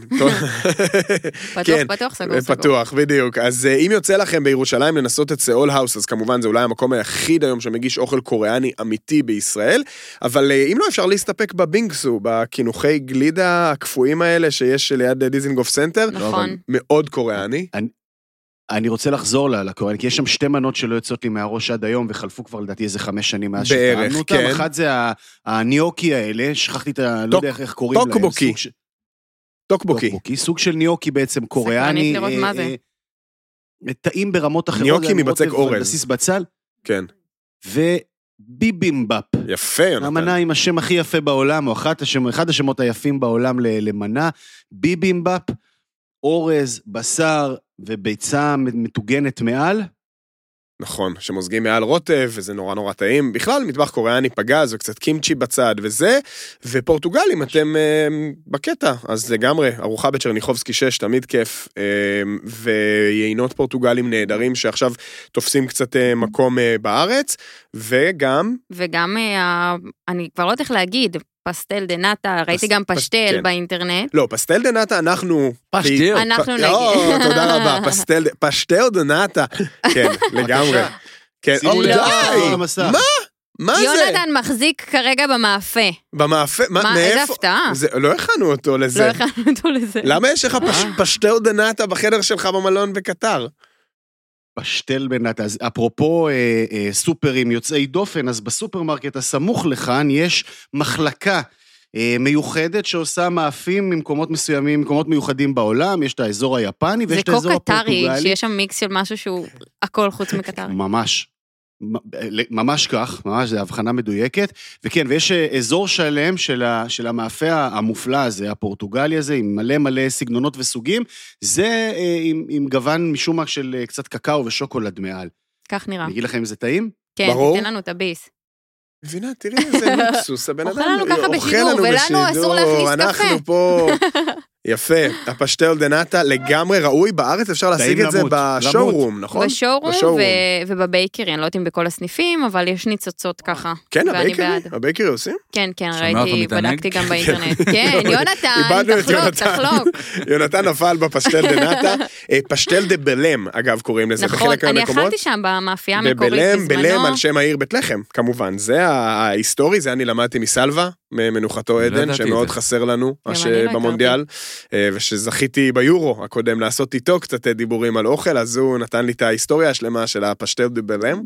פתוח, כן, פתוח, סגור, סגור. פתוח, בדיוק. אז אם יוצא לכם בירושלים לנסות את סאול האוס, אז כמובן זה אולי המקום היחיד היום שמגיש אוכל קוריאני אמיתי בישראל, אבל אם לא אפשר להסתפק בבינגסו, בכינוחי גלידה הקפואים האלה שיש ליד דיזינגוף סנטר, נכון. מאוד קוריאני. אני, אני רוצה לחזור לקוריאני, כי יש שם שתי מנות שלא יוצאות לי מהראש עד היום, וחלפו כבר לדעתי איזה חמש שנים מאז בערך, שטענו כן. אותם. אחת זה הניוקי האלה, שכחתי את ה... לא יודע איך קוראים להם. טוקבוקי. ש... טוקבוקי. טוקבוקי, סוג של ניוקי בעצם קוריאני. סקרנית לראות מה זה. טעים ברמות אחרות. ניוקי מבצק אורז. בסיס בצל. כן. וביבימבאפ. יפה, יונתן. המנה עם השם הכי יפה בעולם, או אחד, השם, אחד השמות היפים בעולם למנה, ביבימבאפ, אורז, בשר וביצה מטוגנת מעל. נכון, שמוזגים מעל רוטב, וזה נורא נורא טעים. בכלל, מטבח קוריאני פגז, וקצת קימצ'י בצד, וזה, ופורטוגל, אם אתם אה, בקטע, אז לגמרי, ארוחה בצ'רניחובסקי שש, תמיד כיף, אה, ויינות פורטוגלים נהדרים, שעכשיו תופסים קצת אה, מקום אה, בארץ, וגם... וגם, אה, אני כבר לא צריך להגיד, פסטל דה נטה, ראיתי גם פשטל כן. באינטרנט. לא, פסטל דה נטה, אנחנו... פשטל. אנחנו נגיד. לא, תודה רבה, פסטל, פשטל דה נטה. כן, לגמרי. כן, שימו די, לב על המסך. מה? מה זה? יונתן מחזיק כרגע במאפה. במאפה, מה, מה, מאיפה? איזה הפתעה. זה, לא הכנו אותו לזה. לא הכנו אותו לזה. למה יש לך פש, פשטל דה נטה בחדר שלך במלון בקטר? פשטל בנטה, אז אפרופו אה, אה, סופרים יוצאי דופן, אז בסופרמרקט הסמוך לכאן יש מחלקה אה, מיוחדת שעושה מאפים ממקומות מסוימים, ממקומות מיוחדים בעולם, יש את האזור היפני ויש את האזור הפורטוגלי. זה כה קטרי, שיש שם מיקס של משהו שהוא הכל חוץ מקטרי. ממש. ממש כך, ממש, זו הבחנה מדויקת, וכן, ויש אזור שלם של, ה, של המאפה המופלא הזה, הפורטוגלי הזה, עם מלא מלא סגנונות וסוגים, זה עם, עם גוון משום מה של קצת קקאו ושוקולד מעל. כך נראה. אני אגיד לכם אם זה טעים? כן, ברור. תיתן לנו את הביס. מבינה, תראי איזה לוקסוס, הבן אדם אוכל לנו ככה בשידור, ולנו אסור להכניס קפה. אנחנו פה... יפה, הפשטל דה נטה לגמרי ראוי, בארץ אפשר להשיג את זה בשואורום, נכון? בשואורום ובבייקרי, אני לא יודעת אם בכל הסניפים, אבל יש ניצוצות ככה. כן, הבייקרי? הבייקרי עושים? כן, כן, ראיתי, בדקתי גם באינטרנט. כן, יונתן, תחלוק, תחלוק. יונתן נפל בפשטל דה נטה, פשטל דה בלם, אגב, קוראים לזה בחלק מהמקומות. נכון, אני אכלתי שם במאפייה המקורית בזמנו. בלם על שם העיר בית לחם, כמובן. זה ההיסטורי, זה אני למדתי מסלווה, ממנוחתו עדן, שמאוד חסר לנו, במונדיאל. ושזכיתי ביורו הקודם לעשות איתו קצת דיבורים על אוכל, אז הוא נתן לי את ההיסטוריה השלמה של הפשטל דה בלם,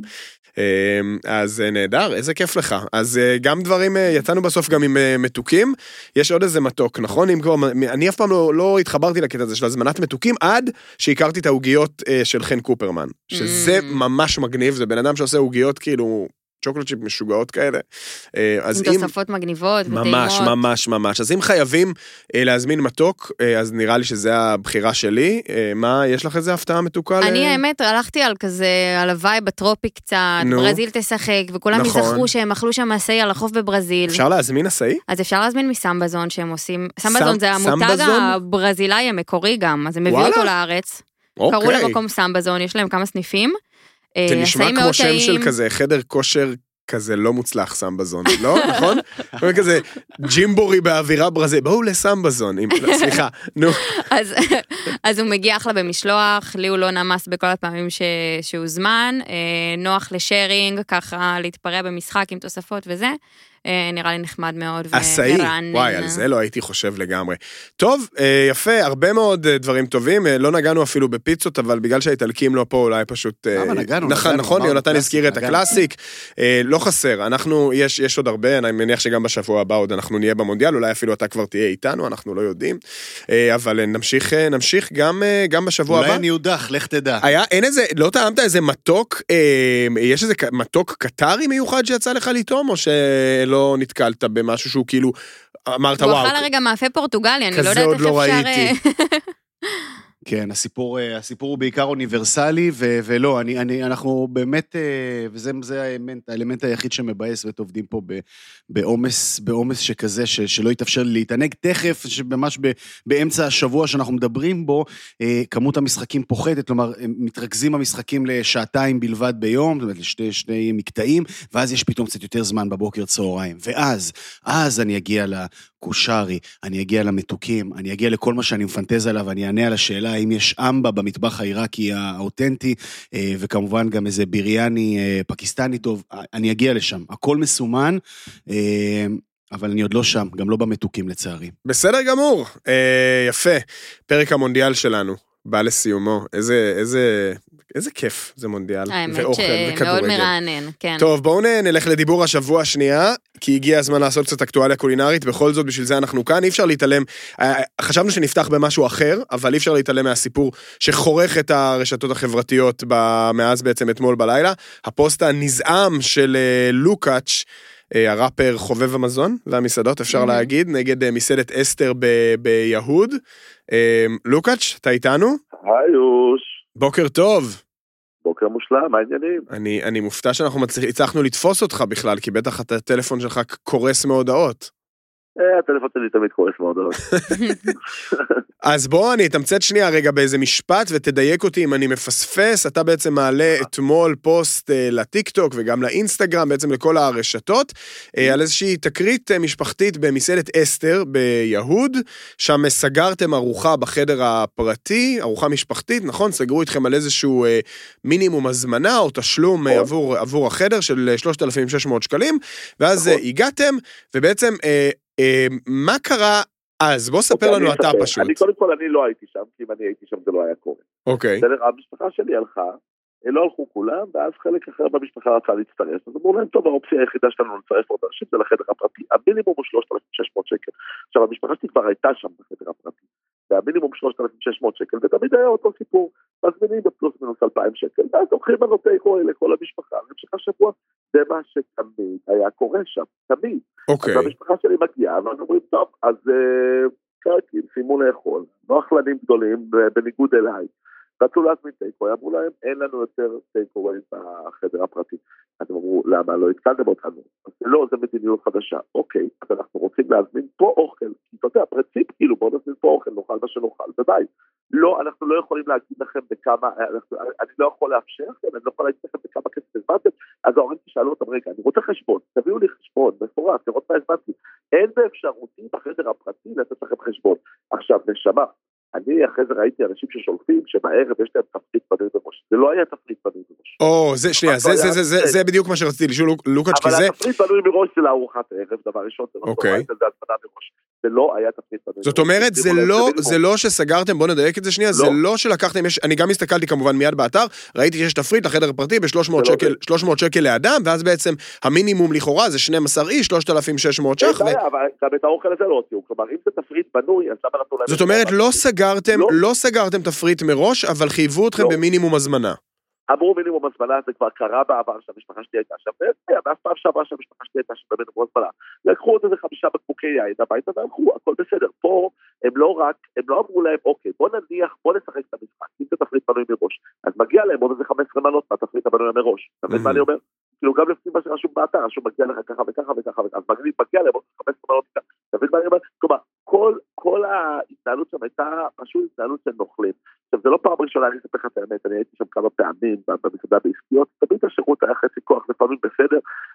אז נהדר, איזה כיף לך. אז גם דברים, יצאנו בסוף גם עם מתוקים, יש עוד איזה מתוק, נכון? אני אף פעם לא, לא התחברתי לקטע הזה של הזמנת מתוקים, עד שהכרתי את ההוגיות של חן קופרמן, שזה ממש מגניב, זה בן אדם שעושה הוגיות כאילו... צ'וקולד צ'יפ משוגעות כאלה. עם תוספות מגניבות וטעימות. ממש, ממש, ממש. אז אם חייבים להזמין מתוק, אז נראה לי שזה הבחירה שלי. מה, יש לך איזה הפתעה מתוקה? אני האמת, הלכתי על כזה, על הוואי בטרופי קצת, ברזיל תשחק, וכולם יזכרו שהם אכלו שם מסעי על החוף בברזיל. אפשר להזמין מסעי? אז אפשר להזמין מסמבזון שהם עושים, סמבזון זה המותג הברזילאי המקורי גם, אז הם הביאו אותו לארץ. קראו למקום סמבזון, יש להם כמה סניפים. זה נשמע כמו שם של כזה חדר כושר כזה לא מוצלח סמבזון, לא? נכון? כזה ג'ימבורי באווירה ברזיל, בואו לסמבזון, סליחה, נו. אז הוא מגיע אחלה במשלוח, לי הוא לא נמס בכל הפעמים שהוא זמן, נוח לשיירינג, ככה להתפרע במשחק עם תוספות וזה, נראה לי נחמד מאוד. עשאי, וואי, על זה לא הייתי חושב לגמרי. טוב, יפה, הרבה מאוד דברים טובים, לא נגענו אפילו בפיצות, אבל בגלל שהאיטלקים לא פה, אולי פשוט... למה נגענו? נכון, יונתן הזכיר את הקלאסיק, לא חסר, אנחנו, יש עוד הרבה, אני מניח שגם בשבוע הבא עוד אנחנו נהיה במונדיאל, אולי אפילו אתה כבר תהיה איתנו, אנחנו לא יודעים, אבל נמשיך גם בשבוע הבא. אולי אני יודח, לך תדע. היה, אין איזה, לא טעמת איזה מתוק, יש איזה מתוק קטרי מיוחד שיצא לך לטעום, או שלא נתקלת במשהו שהוא כאילו, אמרת וואו. הוא אכל הרגע מאפה פורטוגלי, אני לא יודעת איך אפשר... כן, הסיפור, הסיפור הוא בעיקר אוניברסלי, ו- ולא, אני, אני, אנחנו באמת, וזה זה האלמנט, האלמנט היחיד שמבאס, ואת עובדים פה בעומס, בעומס שכזה, ש- שלא יתאפשר להתענג תכף, שממש ב- באמצע השבוע שאנחנו מדברים בו, כמות המשחקים פוחדת, כלומר, מתרכזים המשחקים לשעתיים בלבד ביום, זאת אומרת, לשתי שני מקטעים, ואז יש פתאום קצת יותר זמן בבוקר צהריים, ואז, אז אני אגיע לקושרי, אני אגיע למתוקים, אני אגיע לכל מה שאני מפנטז עליו, אני אענה על השאלה, האם יש אמבה במטבח העיראקי האותנטי, וכמובן גם איזה ביריאני פקיסטני טוב, אני אגיע לשם, הכל מסומן, אבל אני עוד לא שם, גם לא במתוקים לצערי. בסדר גמור, יפה, פרק המונדיאל שלנו, בא לסיומו, איזה, איזה, איזה כיף זה מונדיאל, ואוכל וכדורגל. מאוד מרענן, כן. טוב, בואו נלך לדיבור השבוע השנייה, כי הגיע הזמן לעשות קצת אקטואליה קולינרית, בכל זאת בשביל זה אנחנו כאן, אי אפשר להתעלם, חשבנו שנפתח במשהו אחר, אבל אי אפשר להתעלם מהסיפור שחורך את הרשתות החברתיות מאז בעצם אתמול בלילה, הפוסט הנזעם של לוקאץ', הראפר חובב המזון והמסעדות, אפשר להגיד, נגד מסעדת אסתר ביהוד. לוקאץ', אתה איתנו? היי יוש. בוקר טוב. בוקר מושלם, מה העניינים? אני, אני מופתע שאנחנו הצלחנו לתפוס אותך בכלל, כי בטח הטלפון שלך קורס מהודעות. אה, הטלפון שלי תמיד קורס מהודעות. אז בוא, אני אתמצת שנייה רגע באיזה משפט, ותדייק אותי אם אני מפספס, אתה בעצם מעלה אתמול פוסט לטיקטוק וגם לאינסטגרם, בעצם לכל הרשתות, על איזושהי תקרית משפחתית במסעדת אסתר ביהוד, שם סגרתם ארוחה בחדר הפרטי, ארוחה משפחתית, נכון? סגרו איתכם על איזשהו מינימום הזמנה או תשלום עבור, עבור החדר של שלושת אלפים ושש מאות שקלים, ואז הגעתם, ובעצם מה קרה אז? בוא ספר לנו אתה פשוט. אני קודם כל, אני לא הייתי שם, כי אם אני הייתי שם זה לא היה קורה. אוקיי. המשפחה שלי הלכה, לא הלכו כולם, ואז חלק אחר במשפחה רצה להצטרף, אז אמרו להם, טוב, האופציה היחידה שלנו לצרף עוד אנשים, זה לחדר הפרטי, המינימום הוא שלושת אלפים ושש מאות שקל. עכשיו, המשפחה שלי כבר הייתה שם בחדר הפרטי, והמינימום שלושת אלפים ושש מאות שקל, ותמיד היה אותו סיפור, מזמינים בפלוס מינוס אלפיים שקל, ואז הולכים על אותי קורא לכל המשפחה, המשפחה שבוע, זה מה שתמיד היה קורה שם, תמיד. אוקיי. אז המשפחה שלי מגיעה, ואנחנו אומרים, טוב, אז קרקים, שימו לאכול, נוחלנים גדולים, בניגוד אליי, רצו להזמין טייקווי, אמרו להם, אין לנו יותר טייקווי בחדר הפרטי. אז הם אמרו, למה לא התקלתם אותנו? אז לא, זה מדיניות חדשה. אוקיי, אז אנחנו רוצים להזמין פה אוכל, כי אתה יודע, פרציפ, כאילו, בואו נזמין פה אוכל, נאכל מה שנאכל, וביי. לא, אנחנו לא יכולים להגיד לכם בכמה, אני לא יכול לאפשר לכם, אני לא יכול להגיד לכם בכמה כסף הזמנתם, אז ההורים תשאלו אותם, רגע, אני רוצה חשבון, תביאו לי חשבון, מפורט, לראות מה הזמנתי. אין באפשרותי בחדר הפרטי לתת לכם חשבון. עכשיו, נשמה, אני אחרי זה ראיתי אנשים ששולפים, שבערב יש להם תפריט בנוי בראש. זה לא היה תפריט בנוי בראש. או, זה, שנייה, זה, זה, זה, זה, זה בדיוק מה שרציתי לשאול, לוקאץ', כי זה... אבל התפריט בנוי מראש זה לארוחת ערב, דבר ראשון, זה לא תורה, זה הזמנה מראש. זה לא היה תפריט בנוי מראש. זאת אומרת, זה לא, זה לא שסגרתם, בוא נדייק את זה שנייה, זה לא שלקחתם, אני גם הסתכלתי כמובן מיד באתר, ראיתי שיש תפריט לחדר הפרטי ב-שלוש מאות שקל, שלוש מאות שקל לאדם, ואז בעצם המינימום לכאורה זה שנים עשר איש, שלושת אלפים ושש מאות ש"ח. אבל גם את האוכל הזה לא הוציאו, כלומר, אם זה תפריט בנוי, אז למה נתנו להם... זאת אומרת, לא סגרתם, לא סגרתם תפריט מראש, אבל חייבו אתכם במינימום הזמנה. אמרו מינימום הזמנה, זה כבר קרה בעבר שהמשפחה שלי הייתה שם, ואף פעם שעברה שהמשפחה שלי הייתה שם במינימום הזמנה. לקחו עוד איזה חמישה בקבוקי יין הביתה והלכו, הכל בסדר. פה הם לא רק, הם לא אמרו להם, אוקיי, בוא נניח, בוא נשחק את המשחק, אם זה תפריט בנוי מראש. אז מגיע להם עוד איזה חמש עשרה מנות מהתפריט הבנוי מראש. אתה מבין מה אני אומר? כאילו גם לפני מה שרשום באתר, רשום מגיע לך ככה וככה וככה, אז מגיע להם עוד חמש עשרה מנות. אתה מבין מה אני אומר? כלומר, כל, כל ההתנהלות שם הייתה פשוט התנהלות של נוכלים. עכשיו, זה לא פעם ראשונה, אני אספר לך את האמת, אני הייתי שם כמה פעמים במסעדה בעסקיות, תמיד השירות היה חצי כוח, לפעמים בסדר,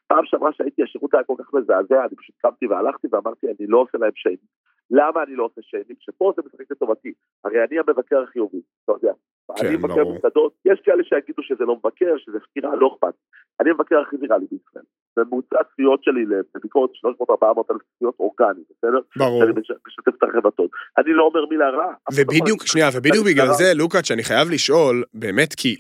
פעם שעברה שהייתי, השירות היה כל כך מזעזע, אני פשוט קמתי והלכתי ואמרתי, אני לא עושה להם שיימינג. למה אני לא עושה שיימינג? שפה זה משחק לטובתי. הרי אני המבקר החיובי, אתה יודע. אני מבקר מסעדות, יש כאלה שיגידו שזה לא מבקר, שזה סקירה, לא אכפת. אני מבקר הכי ויראלי בישראל. ממוצע צפיות שלי לביקורת שלוש מאות ארבע מאות אלף צפיות אורגנית, בסדר? ברור. אני משתף את הרבתות. אני לא אומר מילה רע. ובדיוק, שנייה, ובדיוק בגלל זה, לוקאץ', שאני חייב לשאול, באמת, כי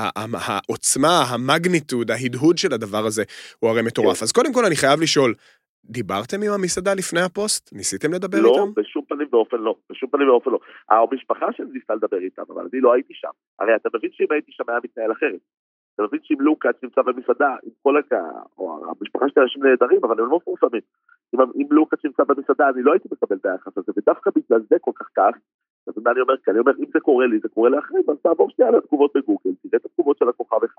העוצמה, המגניטוד, ההדהוד של הדבר הזה, הוא הרי מטורף. אז קודם כל אני חייב לשאול, דיברתם עם המסעדה לפני הפוסט? ניסיתם לדבר איתם? לא, בשום פנים ואופן לא, בשום פנים ואופן לא. המשפחה שלי ניסתה לדבר איתם, אבל אני לא הייתי שם. הרי אתה מבין שאם הייתי שם היה מתנהל אחרת. אתה מבין שאם לוקאץ' נמצא במסעדה, עם כל הקה, או המשפחה שלי אנשים נהדרים, אבל הם לא מפורסמים. אם, אם לוקאץ' נמצא במסעדה, אני לא הייתי מקבל את היחס הזה, ודווקא בגלל זה כל כך כך, אז מה אני אומר, כי אני אומר, אם זה קורה לי, זה קורה לאחרים, אז תעבור שנייה לתגובות בגוגל, תראה את התגובות של הכוכב אחד.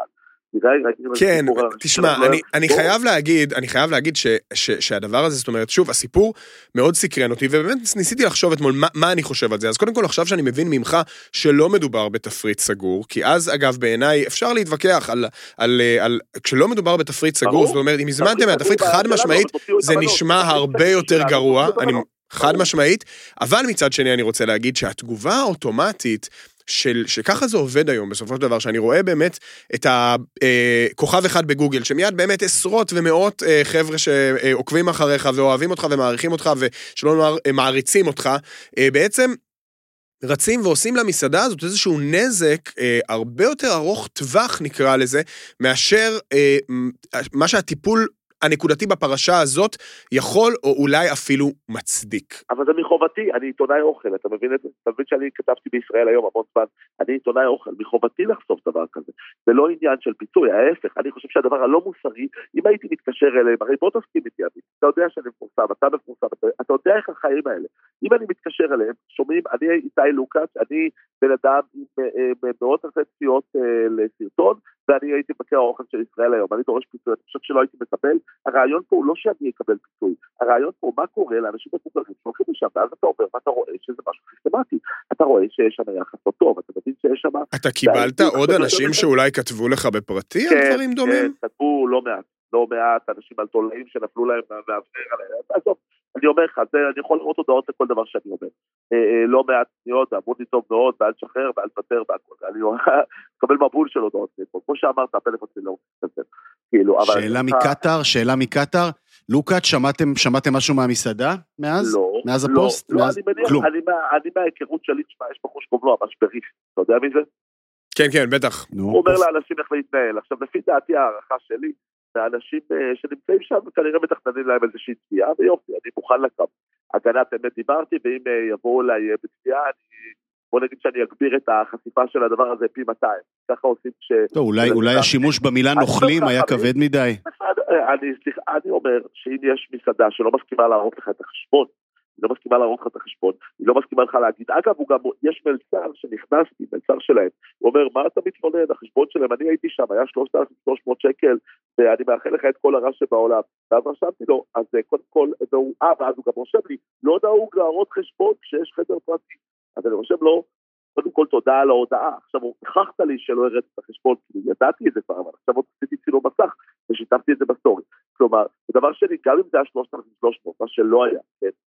כן, תשמע, אני חייב להגיד, אני חייב להגיד שהדבר הזה, זאת אומרת, שוב, הסיפור מאוד סקרן אותי, ובאמת ניסיתי לחשוב אתמול מה אני חושב על זה, אז קודם כל עכשיו שאני מבין ממך שלא מדובר בתפריט סגור, כי אז אגב בעיניי אפשר להתווכח על, כשלא מדובר בתפריט סגור, זאת אומרת, אם הזמנתם מהתפריט חד משמעית, זה נשמע הרבה יותר גרוע, אני חד משמעית, אבל מצד שני אני רוצה להגיד שהתגובה האוטומטית, של, שככה זה עובד היום, בסופו של דבר, שאני רואה באמת את הכוכב אחד בגוגל, שמיד באמת עשרות ומאות חבר'ה שעוקבים אחריך, ואוהבים אותך ומעריכים אותך, ושלא נאמר, מעריצים אותך, בעצם רצים ועושים למסעדה הזאת איזשהו נזק הרבה יותר ארוך טווח, נקרא לזה, מאשר מה שהטיפול הנקודתי בפרשה הזאת יכול או אולי אפילו מצדיק. אבל זה מחובתי, אני עיתונאי אוכל, אתה מבין את זה? אתה מבין שאני כתבתי בישראל היום המון זמן, אני עיתונאי אוכל, מחובתי לחשוף דבר כזה. זה לא עניין של פיצוי, ההפך, אני חושב שהדבר הלא מוסרי, אם הייתי מתקשר אליהם, הרי בוא תסכים איתי, אתה יודע שאני מפורסם, אתה מפורסם, אתה יודע איך החיים האלה. אם אני מתקשר אליהם, שומעים, אני איתי לוקאץ', אני בן אדם עם מאות אלפי צפיות לסרטון, ואני הייתי מבקר האוכל של ישראל היום, אני דורש פיצוי, אני חושב שלא הייתי מקבל, הרעיון פה הוא לא שאני אקבל פיצוי, הרעיון פה מה קורה לאנשים מפוקחים שהולכים לשם, ואז אתה עובר ואתה רואה שזה משהו סיסטמטי, אתה רואה שיש שם יחס לא טוב, אתה מבין שיש שם... אתה קיבלת עוד אנשים שאולי כתבו לך בפרטי על דברים דומים? כן, כתבו לא מעט, לא מעט אנשים על תולעים שנפלו להם מהאוויר עליהם, עזוב, אני אומר לך, אני יכול לראות הודעות לכל דבר שאני אומר. לא מעט פניות, אמרו לי טוב מאוד, ואל תשחרר, ואל תפטר, אני מקבל מבול של הודעות. כמו שאמרת, הפלאפון שלי לא מתפטר. שאלה מקטר, שאלה מקטר. לוקאץ', שמעתם משהו מהמסעדה מאז? לא. מאז הפוסט? לא, אני מניח, אני מההיכרות שלי, יש בחור שקוראים לו המשברי. אתה יודע מי זה? כן, כן, בטח. הוא אומר לאנשים איך להתנהל. עכשיו, לפי דעתי הערכה שלי, האנשים שנמצאים שם, כנראה מתכננים להם איזושהי תביעה, ויופי, אני מוכן לקם. הגנת אמת דיברתי, ואם יבואו אליי בתביעה, בוא נגיד שאני אגביר את החשיפה של הדבר הזה פי מאתיים. ככה עושים ש... טוב, אולי, אולי השימוש במילה נוכלים היה כבד מדי. אני, סליחה, אני אומר שאם יש מסעדה שלא מסכימה להראות לך את החשבון, היא לא מסכימה להראות לך את החשבון, היא לא מסכימה לך להגיד, אגב, הוא גם, יש מלצר שנכנסתי, מלצר שלהם, הוא אומר, מה אתה מתלונן, החשבון שלהם, אני הייתי שם, היה שלושת אלפים ושלוש מאות שקל, ואני מאחל לך את כל הרע שבעולם, ואז רשמתי לו, אז קודם כל, אה, ואז הוא גם רושם לי, לא נהוג להראות חשבון כשיש חדר פרטי, אז אני רושם לו, קודם כל תודה על ההודעה, עכשיו הוא הכרחת לי שלא הראית את החשבון, כי ידעתי את זה כבר, אבל עכשיו עוד עשיתי צילום מסך, ושיתפתי את זה בסטורי, כלומר, דבר שני, גם אם זה היה שלושת אלפים ושלוש מאות, מה שלא היה,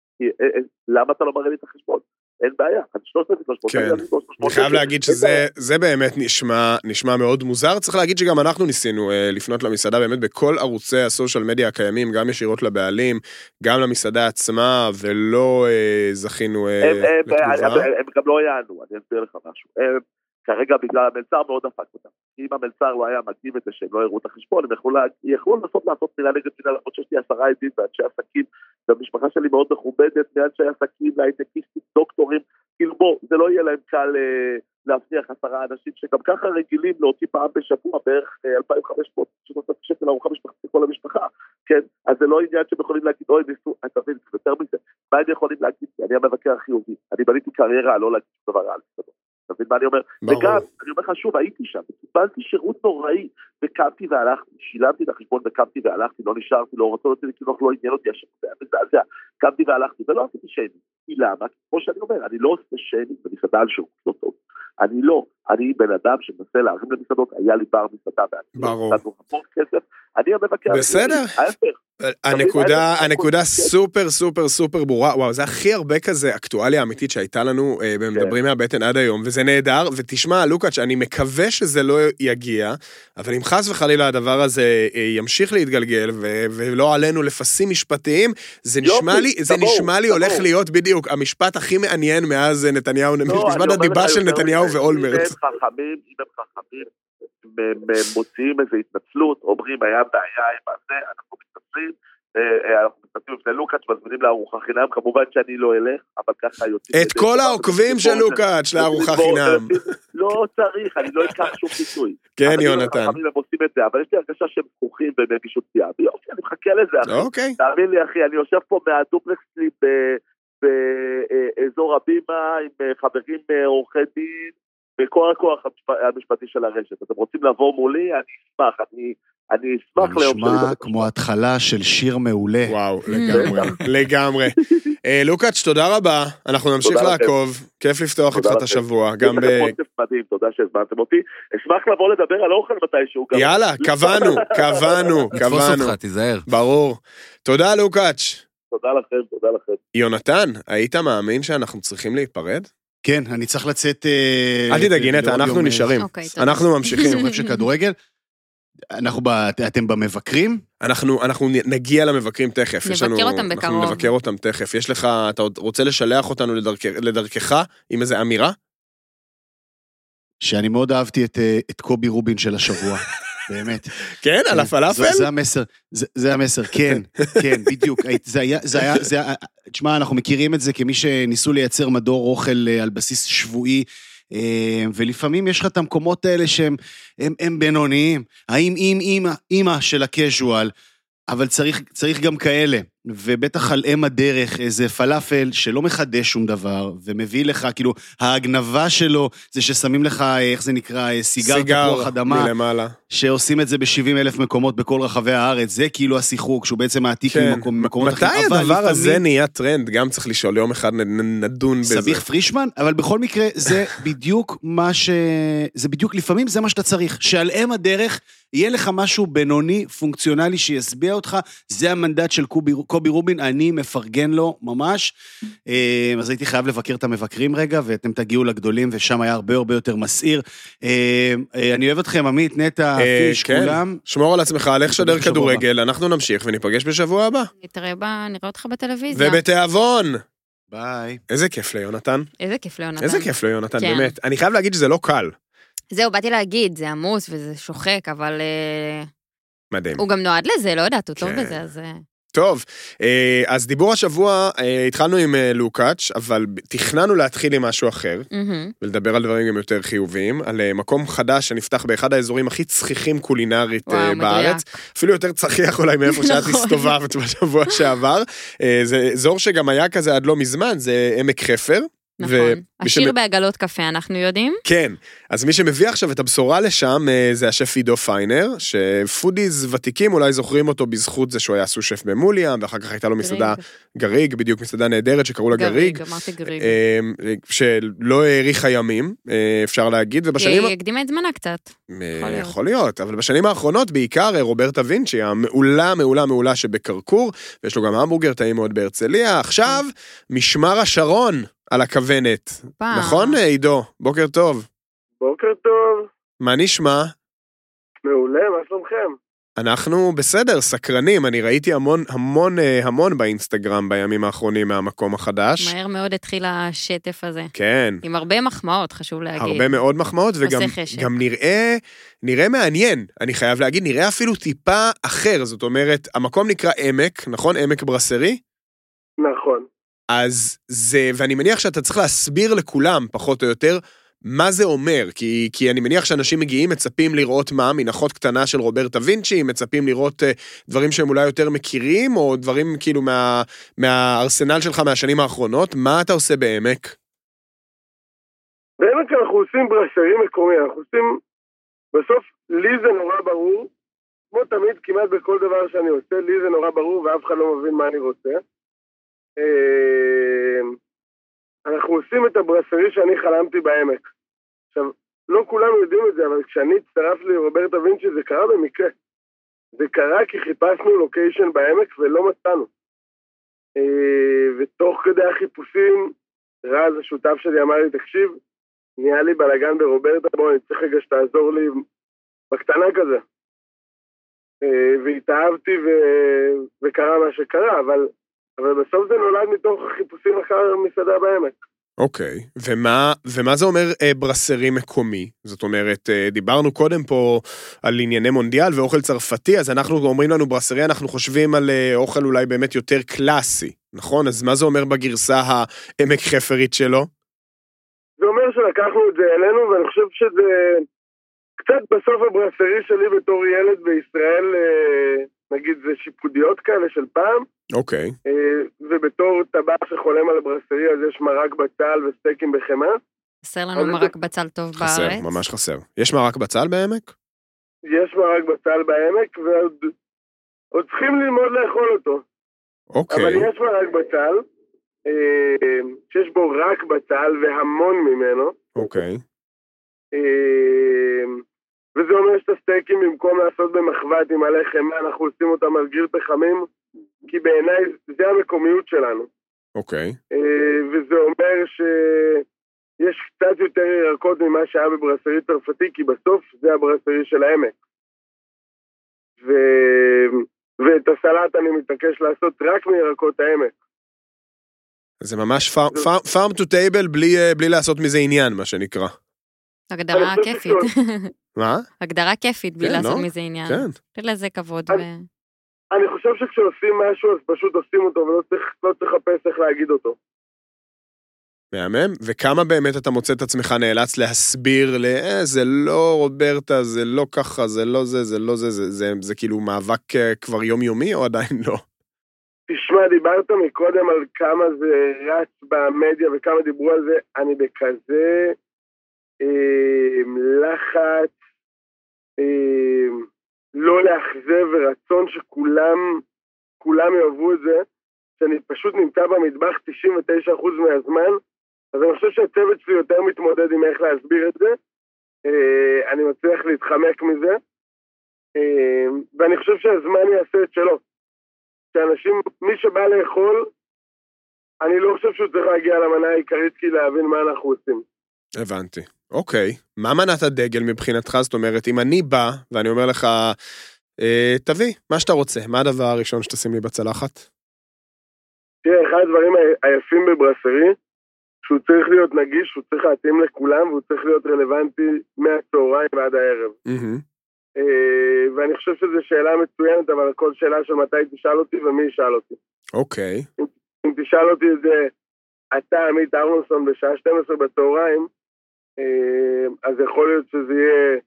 למה אתה לא מראה לי את החשבון? אין בעיה, שלושת אלפים ושלוש מאות. אני חייב להגיד שזה באמת נשמע מאוד מוזר, צריך להגיד שגם אנחנו ניסינו לפנות למסעדה באמת בכל ערוצי הסושיאל מדיה הקיימים, גם ישירות לבעלים, גם למסעדה עצמה, ולא זכינו לתגובה. הם גם לא יענו, אני אסביר לך משהו. כרגע בגלל המלצר מאוד דפק אותם. אם המלצר לא היה מגיב את זה שהם לא הראו את החשבון, הם יכלו לנסות לעשות מילה נגד מילה, למרות שיש לי עשרה עדים ואנשי עסקים, והמשפחה שלי מאוד מכובדת, מאנשי עסקים, להייטקיסטים, דוקטורים, כאילו בוא, זה לא יהיה להם קל להבטיח עשרה אנשים, שגם ככה רגילים להוציא פעם בשבוע, בערך אלפיים וחמש מאות שקל ארוחה משפחתית כל המשפחה, כן? אז זה לא עניין שהם יכולים להגיד, אוי, ניסו, אתה מבין, יותר מזה. מה הם יכולים להגיד? אני המבקר החיובי, אני בניתי קריירה, לא להגיד דבר רע. אתה מבין מה אני אומר? וגם, אני אומר לך שוב, הייתי שם, קיבלתי שירות נוראי, וקמתי והלכתי, שילמתי את החשבון וקמתי והלכתי, לא נשארתי, לא רצו אותי, כאילו לא עניין אותי, זה, קמתי והלכתי, ולא עשיתי שיימינג. כי למה? כמו שאני אומר, אני לא עושה שיימינג במסעדה על שירות לא טוב. אני לא, אני בן אדם שמנסה להרים למסעדות, היה לי בר מסעדה, ברור. אני המבקר. בסדר. הנקודה, הנקודה סופר סופר סופר ברורה, וואו, זה הכי הרבה כזה אקטואליה אמיתית שהייתה לנו במדברים מהבטן עד היום, וזה נהדר, ותשמע, לוקאץ', אני מקווה שזה לא יגיע, אבל אם חס וחלילה הדבר הזה ימשיך להתגלגל, ולא עלינו לפסים משפטיים, זה נשמע לי, זה נשמע לי הולך להיות בדיוק המשפט הכי מעניין מאז נתניהו, משפט הדיבה של נתניהו ואולמרט. אם הם חכמים, אם הם חכמים, מוציאים איזו התנצלות, אומרים, היה בעיה עם הזה, אנחנו מתנצלים, אנחנו מתנצלים לפני לוקאץ', מזמינים לארוחה חינם, כמובן שאני לא אלך, אבל ככה יוצאים. את כל העוקבים של לוקאץ' לארוחה חינם. לא צריך, אני לא אקח שום פיצוי. כן, יונתן. הם עושים את זה, אבל יש לי הרגשה שהם פקוחים והם יגישו תביעה. יופי, אני מחכה לזה, אחי. אוקיי. תאמין לי, אחי, אני יושב פה מהדופלקס שלי באזור הבימה, עם חברים עורכי דין, בכל הכוח המשפטי של הרשת. אתם רוצים לבוא מולי? אני אשמח, אני, אני אשמח ליום שלי. נשמע כמו התחלה של שיר מעולה. וואו, לגמרי, לגמרי. לוקאץ', תודה רבה, אנחנו נמשיך לעקוב, כיף לפתוח איתך את השבוע. גם ב... מדהים, תודה שהזמנתם אותי. אשמח לבוא לדבר על אוכל מתישהו. יאללה, קבענו, קבענו, קבענו. תיזהר. ברור. תודה, לוקאץ'. תודה לכם, תודה לכם. יונתן, היית מאמין שאנחנו צריכים להיפרד? כן, אני צריך לצאת... אל תדאגי, נטע, אנחנו נשארים. אנחנו ממשיכים. אני חושב שכדורגל, אתם במבקרים? אנחנו נגיע למבקרים תכף. נבקר אותם בקרוב. אנחנו נבקר אותם תכף. יש לך, אתה רוצה לשלח אותנו לדרכך עם איזו אמירה? שאני מאוד אהבתי את קובי רובין של השבוע. באמת. כן, על הפלאפל? זה המסר, זה המסר, כן, כן, בדיוק. זה היה, זה היה, זה היה, תשמע, אנחנו מכירים את זה כמי שניסו לייצר מדור אוכל על בסיס שבועי, ולפעמים יש לך את המקומות האלה שהם הם, הם בינוניים. האם אם אמא, אמא של הקז'ואל, אבל צריך, צריך גם כאלה. ובטח על אם הדרך, איזה פלאפל שלא מחדש שום דבר, ומביא לך, כאילו, ההגנבה שלו, זה ששמים לך, איך זה נקרא, סיגר תפוח אדמה, מלמעלה. שעושים את זה ב-שבעים אלף מקומות בכל רחבי הארץ, זה כאילו השיחוק, שהוא בעצם מעתיק כן. ממקומות מתי אחרים. הדבר לפעמים... הזה נהיה טרנד? גם צריך לשאול, יום אחד נדון בזה. סביח פרישמן, אבל בכל מקרה, זה בדיוק מה ש... זה בדיוק, לפעמים זה מה שאתה צריך, שעל אם הדרך, יהיה לך משהו בינוני, פונקציונלי, שיסביע אותך, זה המנדט של קובי, קובי רובין, אני מפרגן לו ממש, אז הייתי חייב לבקר את המבקרים רגע, ואתם תגיעו לגדולים, ושם היה הרבה הרבה יותר מסעיר. אני אוהב אתכם, עמית, נטע, פיש, כולם. שמור על עצמך, הלך שדר כדורגל, אנחנו נמשיך וניפגש בשבוע הבא. נתראה בה, נראה אותך בטלוויזיה. ובתיאבון. ביי. איזה כיף ליונתן. איזה כיף ליונתן. איזה כיף ליונתן, באמת. אני חייב להגיד שזה לא קל. זהו, באתי להגיד, זה עמוס וזה שוחק, אבל... מדהים. הוא גם נועד לזה, לא יודעת, הוא טוב בזה, אז... טוב, אז דיבור השבוע, התחלנו עם לוקאץ', אבל תכננו להתחיל עם משהו אחר, ולדבר על דברים גם יותר חיוביים, על מקום חדש שנפתח באחד האזורים הכי צחיחים קולינרית בארץ, אפילו יותר צחיח אולי מאיפה שאת הסתובבת בשבוע שעבר, זה אזור שגם היה כזה עד לא מזמן, זה עמק חפר, נכון, השיר בעגלות קפה, אנחנו יודעים? כן, אז מי שמביא עכשיו את הבשורה לשם, זה השף עידו פיינר, שפודיז ותיקים אולי זוכרים אותו בזכות זה שהוא היה סו שף במוליה, ואחר כך הייתה לו מסעדה גריג, בדיוק מסעדה נהדרת שקראו לה גריג, אמרתי גריג. שלא האריכה ימים, אפשר להגיד, ובשנים... היא הקדימה את זמנה קצת. יכול להיות, אבל בשנים האחרונות, בעיקר רוברטה וינצ'י, המעולה, מעולה, מעולה שבקרקור, ויש לו גם המבורגר טעים מאוד בהרצליה, עכשיו, משמר השרון, על הכוונת. נכון, עידו? בוקר טוב. בוקר טוב. מה נשמע? מעולה, מה שלומכם? אנחנו בסדר, סקרנים. אני ראיתי המון, המון, המון באינסטגרם בימים האחרונים מהמקום החדש. מהר מאוד התחיל השטף הזה. כן. עם הרבה מחמאות, חשוב להגיד. הרבה מאוד מחמאות, וגם גם נראה, נראה מעניין. אני חייב להגיד, נראה אפילו טיפה אחר. זאת אומרת, המקום נקרא עמק, נכון? עמק ברסרי? נכון. אז זה, ואני מניח שאתה צריך להסביר לכולם, פחות או יותר, מה זה אומר, כי, כי אני מניח שאנשים מגיעים, מצפים לראות מה, מנחות קטנה של רוברטה וינצ'י, מצפים לראות uh, דברים שהם אולי יותר מכירים, או דברים כאילו מה, מהארסנל שלך מהשנים האחרונות, מה אתה עושה בעמק? בעמק אנחנו עושים ברסרי מקומי, אנחנו עושים, בסוף לי זה נורא ברור, כמו תמיד כמעט בכל דבר שאני עושה, לי זה נורא ברור ואף אחד לא מבין מה אני רוצה, אנחנו עושים את הברסרי שאני חלמתי בעמק, עכשיו, לא כולם יודעים את זה, אבל כשאני הצטרף לרוברטה וינצ'י זה קרה במקרה. זה קרה כי חיפשנו לוקיישן בעמק ולא מצאנו. ותוך כדי החיפושים, רז, השותף שלי, אמר לי, תקשיב, נהיה לי בלגן ברוברטה, בוא, אני צריך רגע שתעזור לי בקטנה כזה. והתאהבתי ו... וקרה מה שקרה, אבל, אבל בסוף זה נולד מתוך חיפושים אחר מסעדה בעמק. אוקיי, ומה, ומה זה אומר אה, ברסרי מקומי? זאת אומרת, אה, דיברנו קודם פה על ענייני מונדיאל ואוכל צרפתי, אז אנחנו אומרים לנו ברסרי, אנחנו חושבים על אה, אוכל אולי באמת יותר קלאסי, נכון? אז מה זה אומר בגרסה העמק חפרית שלו? זה אומר שלקחנו את זה אלינו, ואני חושב שזה קצת בסוף הברסרי שלי בתור ילד בישראל, אה, נגיד זה שיפודיות כאלה של פעם, אוקיי. ובתור טבח שחולם על הברסרי, אז יש מרק בצל וסטייקים בחמה. חסר לנו מרק בצל טוב בארץ. חסר, ממש חסר. יש מרק בצל בעמק? יש מרק בצל בעמק, ועוד עוד צריכים ללמוד לאכול אותו. אוקיי. אבל יש מרק בצל, שיש בו רק בצל והמון ממנו. אוקיי. וזה אומר שאת הסטייקים במקום לעשות במחבת עם מלא חמה, אנחנו עושים אותם על גריל פחמים, כי בעיניי זה המקומיות שלנו. אוקיי. וזה אומר שיש קצת יותר ירקות ממה שהיה בברסרי צרפתי, כי בסוף זה הברסרי של העמק. ו... ואת הסלט אני מתעקש לעשות רק מירקות העמק. זה ממש farm to table בלי, בלי לעשות מזה עניין, מה שנקרא. הגדרה כיפית. מה? הגדרה כיפית בלי לעשות מזה עניין. כן. תן לזה כבוד. אני חושב שכשעושים משהו, אז פשוט עושים אותו, ולא צריך לחפש איך להגיד אותו. מהמם, וכמה באמת אתה מוצא את עצמך נאלץ להסביר ל, אה, זה לא רוברטה, זה לא ככה, זה לא זה, זה לא זה, זה, זה, זה כאילו מאבק כבר יומיומי, או עדיין לא? תשמע, דיברת מקודם על כמה זה רץ במדיה, וכמה דיברו על זה, אני בכזה אה, לחץ, אה, לא לאכזב ורצון שכולם, כולם יאהבו את זה, שאני פשוט נמצא במטבח תשעים ותשעה אחוז מהזמן, אז אני חושב שהצוות שלי יותר מתמודד עם איך להסביר את זה, אני מצליח להתחמק מזה, ואני חושב שהזמן יעשה את שלו. שאנשים, מי שבא לאכול, אני לא חושב שהוא צריך להגיע למנה העיקרית כי להבין מה אנחנו עושים. הבנתי. אוקיי. מה מנת הדגל מבחינתך? זאת אומרת, אם אני בא, ואני אומר לך, תביא, מה שאתה רוצה, מה הדבר הראשון שתשים לי בצלחת? תראה, אחד הדברים היפים בברסרי, שהוא צריך להיות נגיש, הוא צריך להתאים לכולם, והוא צריך להיות רלוונטי מהצהריים ועד הערב. ואני חושב שזו שאלה מצוינת, אבל כל שאלה של מתי תשאל אותי ומי ישאל אותי. אוקיי. אם תשאל אותי את זה, אתה, עמית ארונסון, בשעה שתים עשרה בצהריים, אז יכול להיות שזה יהיה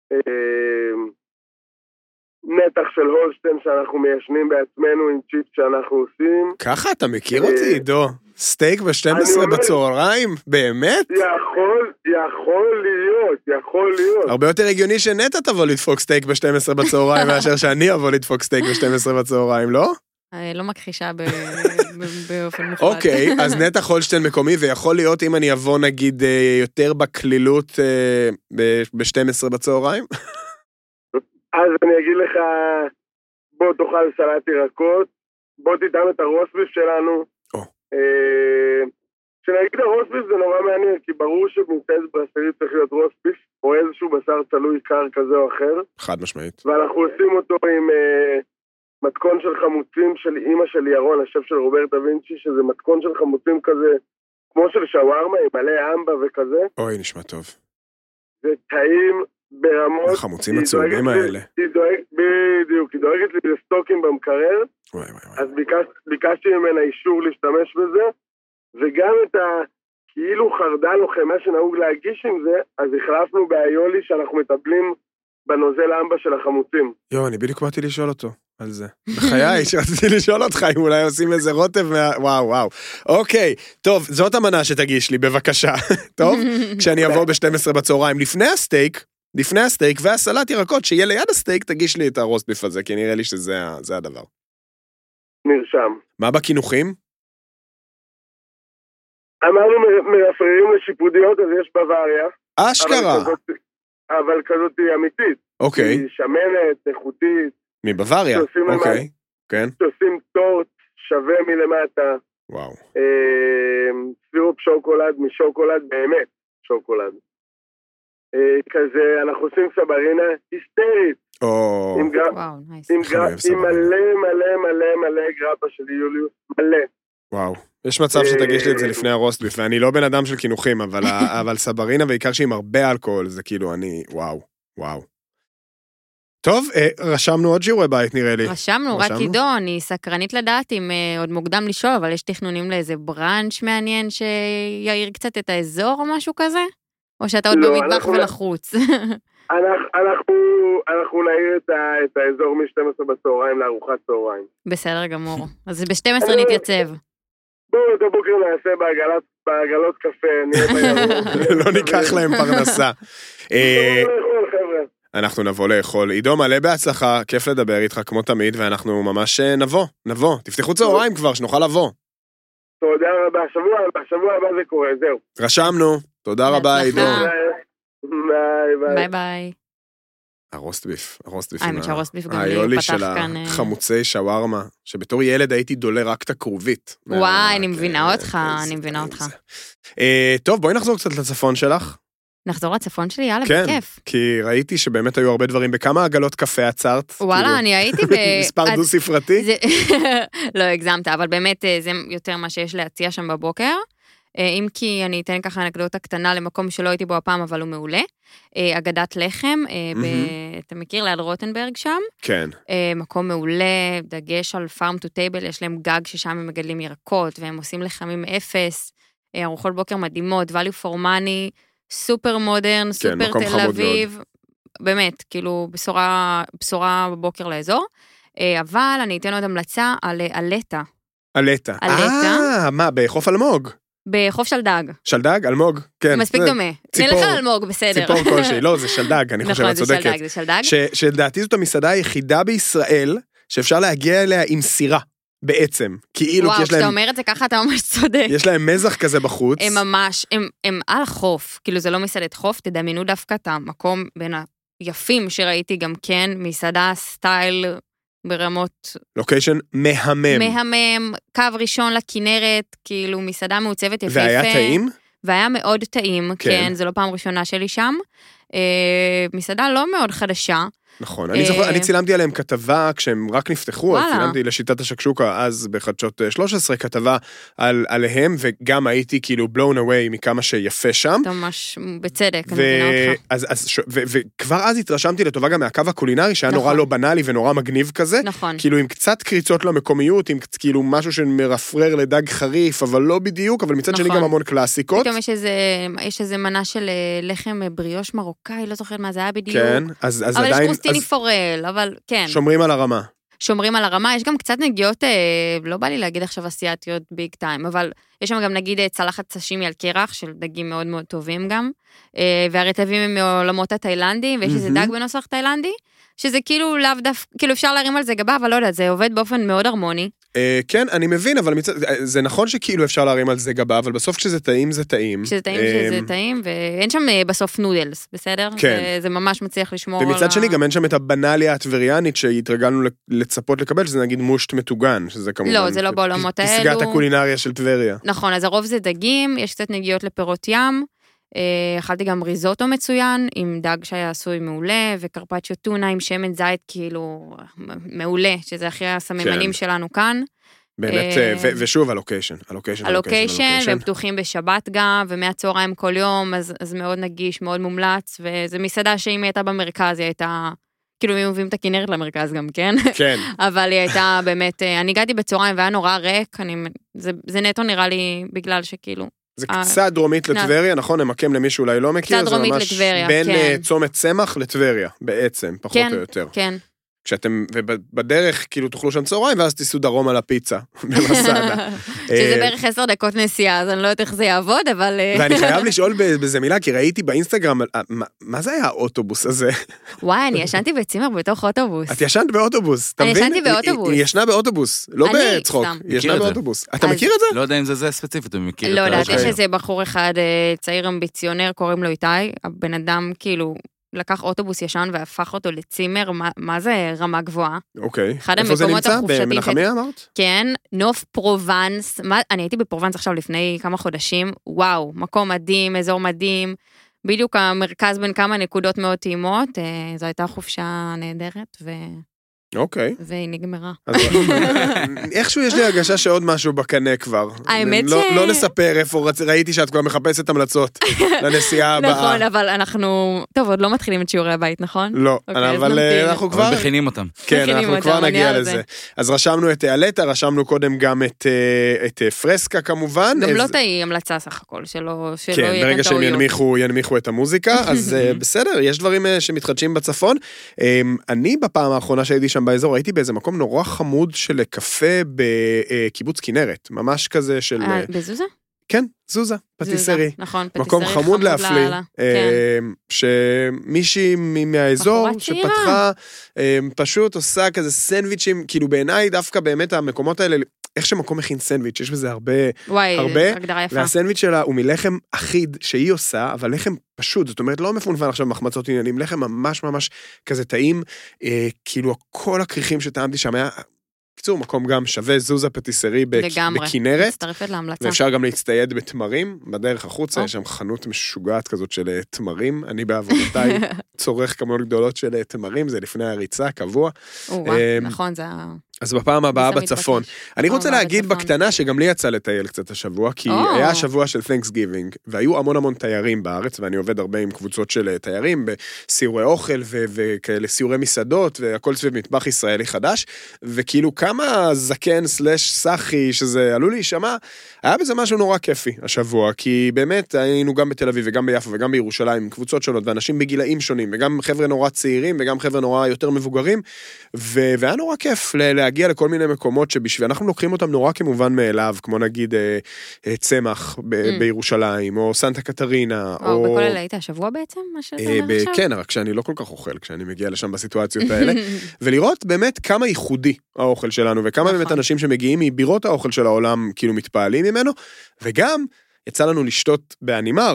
נתח של הולשטיין שאנחנו מיישנים בעצמנו עם צ'יפ שאנחנו עושים. ככה אתה מכיר אותי, עידו? סטייק ב-שתים עשרה בצהריים? באמת? יכול, יכול להיות, יכול להיות. הרבה יותר הגיוני שנטע תבוא לדפוק סטייק ב-שתים עשרה בצהריים, מאשר שאני אבוא לדפוק סטייק ב-שתים עשרה בצהריים, לא? לא מכחישה באופן מוחלט. אוקיי, אז נטע הולשטיין מקומי, ויכול להיות אם אני אבוא נגיד יותר בכלילות ב-שתים עשרה בצהריים? אז אני אגיד לך, בוא תאכל סלט ירקות, בוא תטעם את הרוסביף שלנו. כשנגיד הרוסביף זה נורא מעניין, כי ברור שבמסעד ברסרי צריך להיות רוסביף, או איזשהו בשר צלוי קר כזה או אחר. חד משמעית. ואנחנו עושים אותו עם מתכון של חמוצים של אמא של ירון, השף של רוברטה וינצ'י, שזה מתכון של חמוצים כזה, כמו של שווארמה, עם מלא אמבה וכזה. אוי, נשמע טוב. זה טעים ברמות. החמוצים הצהובים האלה. בדיוק, היא דואגת לי לסטוקים במקרר, אז ביקשתי ממנה אישור להשתמש בזה, וגם את הכאילו חרדל או חמה שנהוג להגיש עם זה, אז החלפנו באיולי שאנחנו מטבלים בנוזל אמבה של החמוצים. יו, אני בדיוק באתי לשאול אותו על זה. בחיי, שרציתי לשאול אותך אם אולי עושים איזה רוטב מה... וואו, וואו. אוקיי, טוב, זאת המנה שתגיש לי, בבקשה. טוב? כשאני אבוא ב-שתים עשרה בצהריים לפני הסטייק, לפני הסטייק והסלט ירקות, שיהיה ליד הסטייק, תגיש לי את הרוסביף הזה, כי נראה לי שזה הדבר. נרשם. מה בכינוכים? אמרנו מרפררים לשיפודיות, אז יש בוואריה. אשכרה. אבל כזאת, אבל כזאת היא אמיתית. אוקיי. היא שמנת, איכותית. מבוואריה, אוקיי. כן. שעושים טורט שווה מלמטה. וואו. סירופ שוקולד משוקולד, באמת שוקולד. כזה, אנחנו עושים סברינה היסטרית. עם מלא מלא מלא מלא גרפה של יוליוס, מלא. וואו. יש מצב שתגיש לי את זה לפני הרוסטביף, ואני לא בן אדם של כינוכים, אבל סברינה, בעיקר שהיא עם הרבה אלכוהול, זה כאילו אני, וואו, וואו. טוב, רשמנו עוד שיעורי בית, נראה לי. רשמנו, רק עידו, אני סקרנית לדעת אם עוד מוקדם לשאול, אבל יש תכנונים לאיזה ברנץ' מעניין שיעיר קצת את האזור או משהו כזה? או שאתה עוד במטבח ולחוץ? אנחנו נעיר את האזור מ-שתים עשרה בצהריים לארוחת צהריים. בסדר גמור. אז ב-שתים עשרה נתייצב. בואו, את הבוקר נעשה בעגלות קפה. לא ניקח להם פרנסה. אנחנו נבוא לאכול. עידו, מלא בהצלחה, כיף לדבר איתך כמו תמיד, ואנחנו ממש נבוא, נבוא. תפתחו צהריים כבר, שנוכל לבוא. תודה רבה, שבוע הבא, שבוע הבא זה קורה, זהו. רשמנו, תודה רבה, עידו. ביי ביי. ביי ביי. הרוסטביף, הרוסטביף. האמת שהרוסטביף גם פתח כאן. של החמוצי שווארמה, שבתור ילד הייתי דולה רק את הכרובית. וואי, אני מבינה אותך, אני מבינה אותך. טוב, בואי נחזור קצת לצפון שלך. נחזור לצפון שלי, יאללה, כן, בכיף. כי ראיתי שבאמת היו הרבה דברים, בכמה עגלות קפה עצרת? וואלה, כאילו, אני הייתי ב... מספר דו ספרתי? זה... לא הגזמת, אבל באמת זה יותר מה שיש להציע שם בבוקר. אם כי אני אתן ככה אנקדוטה קטנה למקום שלא הייתי בו הפעם, אבל הוא מעולה. אגדת לחם, ב... אתה מכיר ליד רוטנברג שם? כן. מקום מעולה, דגש על farm to table, יש להם גג ששם הם מגדלים ירקות, והם עושים לחמים אפס, ארוחות בוקר מדהימות, value for money, סופר מודרן, סופר תל אביב, באמת, כאילו, בשורה, בשורה בבוקר לאזור, אבל אני אתן עוד המלצה על אלטה. אלטה. אה, מה, בחוף אלמוג? בחוף שלדג. שלדג? אלמוג? כן. מספיק דומה. נלך על אלמוג, בסדר. ציפור כלשהי, לא, זה שלדג, אני חושב, את צודקת. נכון, זה שלדג, זה שלדג. שלדעתי זאת המסעדה היחידה בישראל, שאפשר להגיע אליה עם סירה. בעצם, כאילו, וואו, כי יש להם... כשאתה אומר את זה ככה, אתה ממש צודק. יש להם מזח כזה בחוץ. הם ממש, הם, הם על החוף, כאילו זה לא מסעדת חוף, תדמיינו דווקא את המקום בין היפים שראיתי גם כן, מסעדה סטייל ברמות... לוקיישן מהמם. מהמם, קו ראשון לכנרת, כאילו מסעדה מעוצבת יפה. והיה טעים? והיה מאוד טעים, כן, כן זה לא פעם ראשונה שלי שם. אה, מסעדה לא מאוד חדשה, נכון, אני זוכר, אני צילמתי עליהם כתבה כשהם רק נפתחו, אז צילמתי לשיטת השקשוקה, אז בחדשות שלוש עשרה כתבה עליהם, וגם הייתי כאילו blown away מכמה שיפה שם. אתה ממש בצדק, אני מבינה אותך. וכבר אז התרשמתי לטובה גם מהקו הקולינרי, שהיה נורא לא בנאלי ונורא מגניב כזה, כאילו עם קצת קריצות למקומיות, עם כאילו משהו שמרפרר לדג חריף, אבל לא בדיוק, אבל מצד שני גם המון קלאסיקות. פתאום יש איזה מנה של לחם בריאוש מרוקאי, לא זוכרת מה זה היה בדיוק. כן, אז עדיין... טיני פורל, אבל כן. שומרים על הרמה. שומרים על הרמה, יש גם קצת נגיעות, לא בא לי להגיד עכשיו אסיאטיות ביג טיים, אבל יש שם גם נגיד צלחת סשימי על קרח, של דגים מאוד מאוד טובים גם, והרטבים הם מעולמות התאילנדים, ויש איזה דג בנוסח תאילנדי, שזה כאילו לאו דף, כאילו אפשר להרים על זה גבה, אבל לא יודע, זה עובד באופן מאוד הרמוני. כן, אני מבין, אבל זה נכון שכאילו אפשר להרים על זה גבה, אבל בסוף כשזה טעים, זה טעים. כשזה טעים, שזה טעים, ואין שם בסוף נודלס, בסדר? כן. זה ממש מצליח לשמור על ה... ומצד שני גם אין שם את הבנליה הטבריאנית שהתרגלנו לצפות לקבל, שזה נגיד מושט מטוגן, שזה כמובן... לא, זה לא בעולמות האלו. פסגת הקולינריה של טבריה. נכון, אז הרוב זה דגים, יש קצת נגיעות לפירות ים, אכלתי גם ריזוטו מצוין, עם דג שהיה עשוי מעולה, וקרפצ'יו טונה עם שמן זית כאילו מעולה, שזה הכי הסממנים שלנו כאן. באמת, ושוב, הלוקיישן. הלוקיישן, והם פתוחים בשבת גם, ומהצהריים כל יום, אז מאוד נגיש, מאוד מומלץ, וזו מסעדה שאם היא הייתה במרכז, היא הייתה... כאילו, אם מביאים את הכנרת למרכז גם, כן? כן. אבל היא הייתה באמת... אני הגעתי בצהריים והיה נורא ריק, זה נטו נראה לי בגלל שכאילו... זה קצת דרומית לטבריה, נכון? נמקם למי שאולי לא מכיר, זה ממש בין צומת צמח לטבריה, בעצם, פחות או יותר. כן, כשאתם, ובדרך, כאילו, תאכלו שם צהריים, ואז תיסעו דרום על הפיצה, במסעדה. שזה בערך עשר דקות נסיעה, אז אני לא יודעת איך זה יעבוד, אבל... ואני חייב לשאול בזה מילה, כי ראיתי באינסטגרם, מה זה היה האוטובוס הזה? וואי, אני ישנתי בצימר בתוך אוטובוס. את ישנת באוטובוס, אתה מבין? אני ישנתי באוטובוס. היא ישנה באוטובוס, לא בצחוק, היא ישנה באוטובוס. אתה מכיר את זה? לא יודע אם זה זה ספציפית, אני מכיר את זה. לא יודעת, יש איזה בחור אחד, צעיר אמביציונר, קוראים לו איתי, הבן אדם כאילו... לקח אוטובוס ישן והפך אותו לצימר, מה, מה זה רמה גבוהה? אוקיי. אחד איפה זה נמצא? החופשתיים במנחמיה אמרת? כן, נוף פרובנס, מה, אני הייתי בפרובנס עכשיו לפני כמה חודשים, וואו, מקום מדהים, אזור מדהים, בדיוק המרכז בין כמה נקודות מאוד טעימות, זו הייתה חופשה נהדרת, ו... אוקיי. והיא נגמרה. איכשהו יש לי הרגשה שעוד משהו בקנה כבר. האמת ש... לא נספר איפה, ראיתי שאת כבר מחפשת המלצות לנסיעה הבאה. נכון, אבל אנחנו... טוב, עוד לא מתחילים את שיעורי הבית, נכון? לא, אבל אנחנו כבר... אבל מכינים אותם. כן, אנחנו כבר נגיע לזה. אז רשמנו את אלטה, רשמנו קודם גם את פרסקה כמובן. גם לא תהי המלצה סך הכל, שלא יהיה כן, ברגע שהם ינמיכו את המוזיקה, אז בסדר, יש דברים שמתחדשים בצפון. אני בפעם האחרונה שהייתי שם באזור, הייתי באיזה מקום נורא חמוד של קפה בקיבוץ כנרת, ממש כזה של... בזוזה? כן, זוזה, פטיסרי. נכון, פטיסרי מקום חמוד להפליא, שמישהי מהאזור שפתחה, פשוט עושה כזה סנדוויצ'ים, כאילו בעיניי דווקא באמת המקומות האלה, איך שמקום מכין סנדוויץ', יש בזה הרבה, הרבה, והסנדוויץ' שלה הוא מלחם אחיד שהיא עושה, אבל לחם פשוט, זאת אומרת, לא מפונפן עכשיו מחמצות עניינים, לחם ממש ממש כזה טעים, כאילו כל הכריכים שטעמתי שם היה... קיצור, מקום גם שווה זוזה פטיסרי בכנרת. מצטרפת להמלצה. ואפשר גם להצטייד בתמרים, בדרך החוצה, יש שם חנות משוגעת כזאת של תמרים, אני בעבודותיי צורך כמות גדולות של תמרים, זה לפני הריצה, קבוע. נכון, זה... אז בפעם הבאה בצפון. אני רוצה להגיד בקטנה שגם לי יצא לטייל קצת השבוע, כי היה שבוע של Thanksgiving, והיו המון המון תיירים בארץ, ואני עובד הרבה עם קבוצות של תיירים, בסיורי אוכל וכאלה סיורי מסעדות, והכל סביב מטבח ישראלי חדש, וכאילו כמה זקן סלש סחי, שזה עלול להישמע, היה בזה משהו נורא כיפי השבוע, כי באמת היינו גם בתל אביב וגם ביפו וגם בירושלים, קבוצות שונות, ואנשים בגילאים שונים, וגם חבר'ה נורא צעירים, וגם חבר'ה נורא יותר מבוגרים, והיה נורא כיף להגיע לכל מיני מקומות שבשביל, אנחנו לוקחים אותם נורא כמובן מאליו, כמו נגיד צמח בירושלים, או סנטה קטרינה, או... בכל אלה היית השבוע בעצם, מה שאתה אומר עכשיו? כן, רק שאני לא כל כך אוכל, כשאני מגיע לשם בסיטואציות האלה, ולראות באמת כמה ייחודי האוכל שלנו, וכמה באמת אנשים שמגיעים מבירות האוכל של העולם, כאילו מתפעלים ממנו, וגם יצא לנו לשתות באנימר,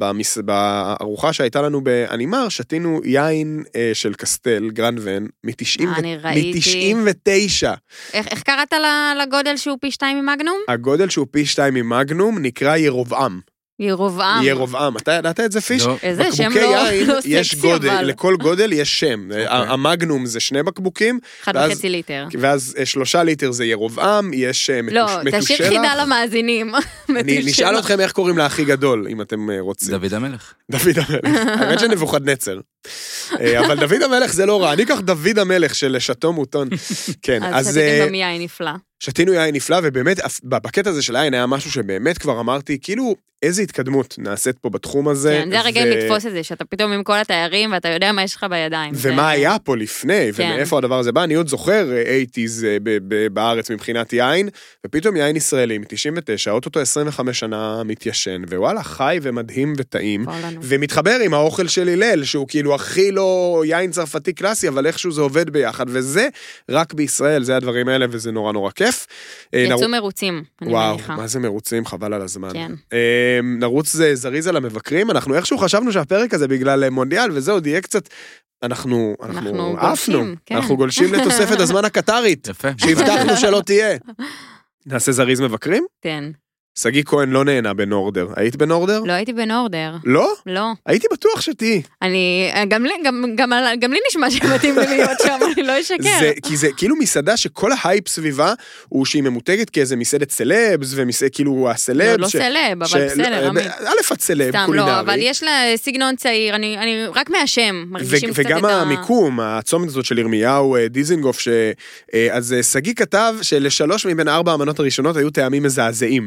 בארוחה שהייתה לנו באנימר, שתינו יין של קסטל, גרנדוון, מ-תשעים ותשע. איך קראת לגודל שהוא פי שתיים ממגנום? הגודל שהוא פי שתיים ממגנום נקרא ירובעם. ירובעם. ירובעם. אתה ידעת את זה פיש? איזה שם לא סקסי, אבל. לכל גודל יש שם. המגנום זה שני בקבוקים. אחד וחצי ליטר. ואז שלושה ליטר זה ירובעם, יש מתושלח. לא, תשאיר חידה למאזינים. אני נשאל אתכם איך קוראים להכי גדול, אם אתם רוצים. דוד המלך. דוד המלך. האמת שנבוכדנצר. אבל דוד המלך זה לא רע. אני אקח דוד המלך של שתו מוטון. כן, אז שתיתם גם יין נפלא. שתינו יין נפלא, ובאמת, בקטע הזה של יין היה משהו שבאמת כבר אמרתי, כאילו, איזה התקדמות נעשית פה בתחום הזה. כן, זה הרגע לתפוס את זה, שאתה פתאום עם כל התיירים, ואתה יודע מה יש לך בידיים. ומה היה פה לפני, ומאיפה הדבר הזה בא, אני עוד זוכר שמונים בארץ מבחינת יין, ופתאום יין ישראלי, מ-תשעים ותשע, אוטוטו עשרים וחמש שנה מתיישן, ווואלה, חי ומדהים וטעים, ומתחבר עם האוכל של הלל, שהוא כאילו הכי לא יין צרפתי קלאסי, אבל איכשהו זה עובד ביחד, וזה רק בישראל, זה הדברים האלה, וזה נורא נורא כיף. יצאו מרוצים, אני מניחה. וואו, מה זה מרוצים, חבל על הזמן. נרוץ זריז על המבקרים, אנחנו איכשהו חשבנו שהפרק הזה בגלל מונדיאל, וזה עוד יהיה קצת, אנחנו, אנחנו עפנו, אנחנו גולשים לתוספת הזמן הקטרית, שהבטחנו שלא תהיה. נעשה זריז מבקרים? כן. סגי כהן לא נהנה בנורדר. היית בנורדר? לא הייתי בנורדר. לא? לא. הייתי בטוח שתהי. אני, גם לי, גם, גם, גם לי נשמע שמתאים לי להיות שם, אני לא אשקר. זה, כי זה כאילו מסעדה שכל ההייפ סביבה, הוא שהיא ממותגת כאיזה מסעדת סלבס, ומסעד, כאילו הסלב. לא, לא ש... סלב, אבל ש... בסדר. א' את סלב, סתם, קולינרי. לא, אבל יש לה סגנון צעיר, אני, אני רק מהשם, מרגישים ו- קצת את ה... וגם המיקום, הצומת הזאת של ירמיהו דיזינגוף, ש... אז סגי כתב שלשלוש מבין ארבע המנות הראשונות היו טעמים מזעזעים.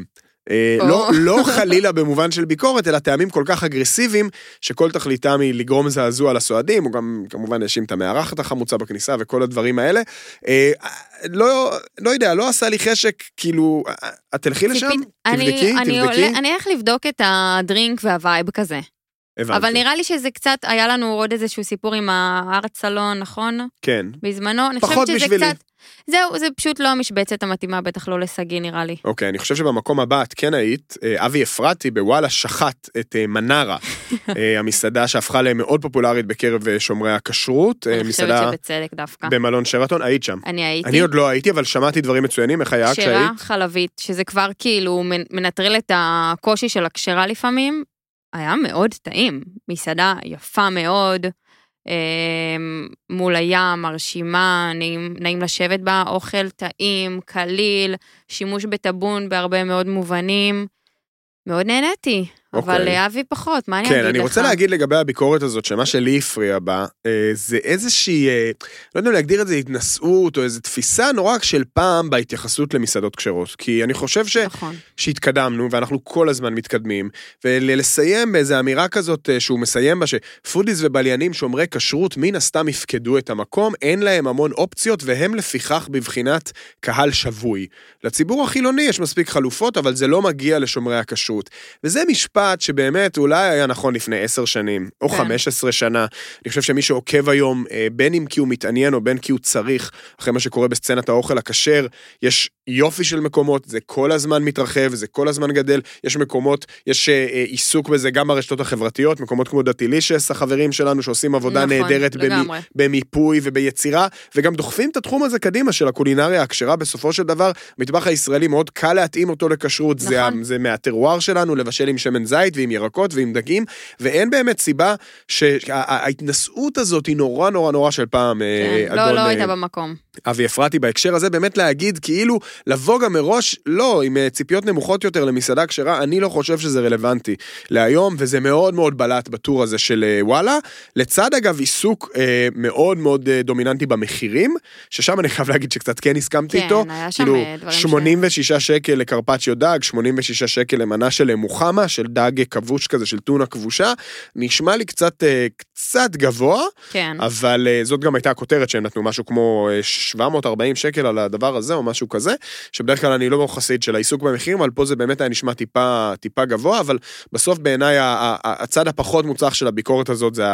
לא, לא חלילה במובן של ביקורת, אלא טעמים כל כך אגרסיביים, שכל תכליתם היא לגרום זעזוע לסועדים, הוא גם כמובן האשים את המארחת החמוצה בכניסה וכל הדברים האלה. לא, לא יודע, לא עשה לי חשק, כאילו, את תלכי לשם? תבדקי, תבדקי. אני הולך לבדוק את הדרינק והווייב כזה. הבנתי. אבל נראה לי שזה קצת, היה לנו עוד איזשהו סיפור עם הארץ סלון, נכון? כן. בזמנו, אני פחות חושבת שזה בשבילי. קצת, זהו, זה פשוט לא המשבצת המתאימה, בטח לא לסגי נראה לי. אוקיי, אני חושב שבמקום הבא את כן היית, אבי אפרתי בוואלה שחט את מנרה, המסעדה שהפכה למאוד פופולרית בקרב שומרי הכשרות. אני חושבת שבצדק דווקא. במלון שרתון, היית שם. אני הייתי. אני עוד לא הייתי, אבל שמעתי דברים מצוינים, איך היה כשהיית? כשרה חלבית, שזה כבר כאילו מנטרל את הקושי של הכשרה לפעמים, היה מאוד טעים, מסעדה יפה מאוד, מול הים, מרשימה, נעים, נעים לשבת בה, אוכל טעים, קליל, שימוש בטבון בהרבה מאוד מובנים, מאוד נהניתי, okay. אבל אבי פחות, מה אני כן, אגיד לך? כן, אני רוצה להגיד לגבי הביקורת הזאת, שמה שלי הפריע בה, זה איזושהי, לא יודע אם להגדיר את זה התנסות, או איזו תפיסה נורא של פעם בהתייחסות למסעדות כשרות, כי אני חושב ש... נכון. שהתקדמנו, ואנחנו כל הזמן מתקדמים, ולסיים באיזו אמירה כזאת, שהוא מסיים בה, שפודיז ובליינים שומרי כשרות, מן הסתם יפקדו את המקום, אין להם המון אופציות, והם לפיכך בבחינת קהל שבוי. לציבור החילוני יש מספיק חלופות, אבל זה לא מגיע לשומרי הכשרות. וזה משפט שבאמת אולי היה נכון לפני עשר שנים, או חמש עשרה שנה. אני חושב שמי שעוקב היום, בין אם כי הוא מתעניין או בין כי הוא צריך, אחרי מה שקורה בסצנת האוכל הכשר, יש יופי של מקומות, זה כל הזמן מתרחב, זה כל הזמן גדל, יש מקומות, יש עיסוק בזה גם ברשתות החברתיות, מקומות כמו דטילישס, החברים שלנו שעושים עבודה נכון, נהדרת במי, במיפוי וביצירה, וגם דוחפים את התחום הזה קדימה של הקולינריה הכשרה, בסופו של דבר, המטבח הישראלי מאוד קל להתאים אותו לכשרות, נכון. זה, זה מהטרואר שלנו, לבשל עם שמן זית ועם ירקות ועם דגים, ואין באמת סיבה שההתנסות הזאת היא נורא נורא נורא של פעם. כן, אדון, לא, לא הייתה במקום. אבי אפרתי בהקשר הזה באמת להגיד כאילו לבוא גם מראש, לא, עם ציפיות נמוכות יותר למסעדה כשרה, אני לא חושב שזה רלוונטי להיום, וזה מאוד מאוד בלט בטור הזה של וואלה, לצד אגב עיסוק אה, מאוד מאוד דומיננטי במחירים, ששם אני חייב להגיד שקצת כן הסכמתי כן, איתו, כאילו שמונים ושישה שקל לקרפצ'יו דג, שמונים ושישה שקל למנה של מוחמה, של דג כבוש כזה, של טונה כבושה, נשמע לי קצת, אה, קצת גבוה, כן. אבל אה, זאת גם הייתה הכותרת שהם נתנו משהו כמו אה, שבע מאות וארבעים שקל על הדבר הזה, או משהו כזה, שבדרך כלל אני לא חסיד של העיסוק במחירים, אבל פה זה באמת היה נשמע טיפה, טיפה גבוה, אבל בסוף בעיניי הצד הפחות מוצלח של הביקורת הזאת, זה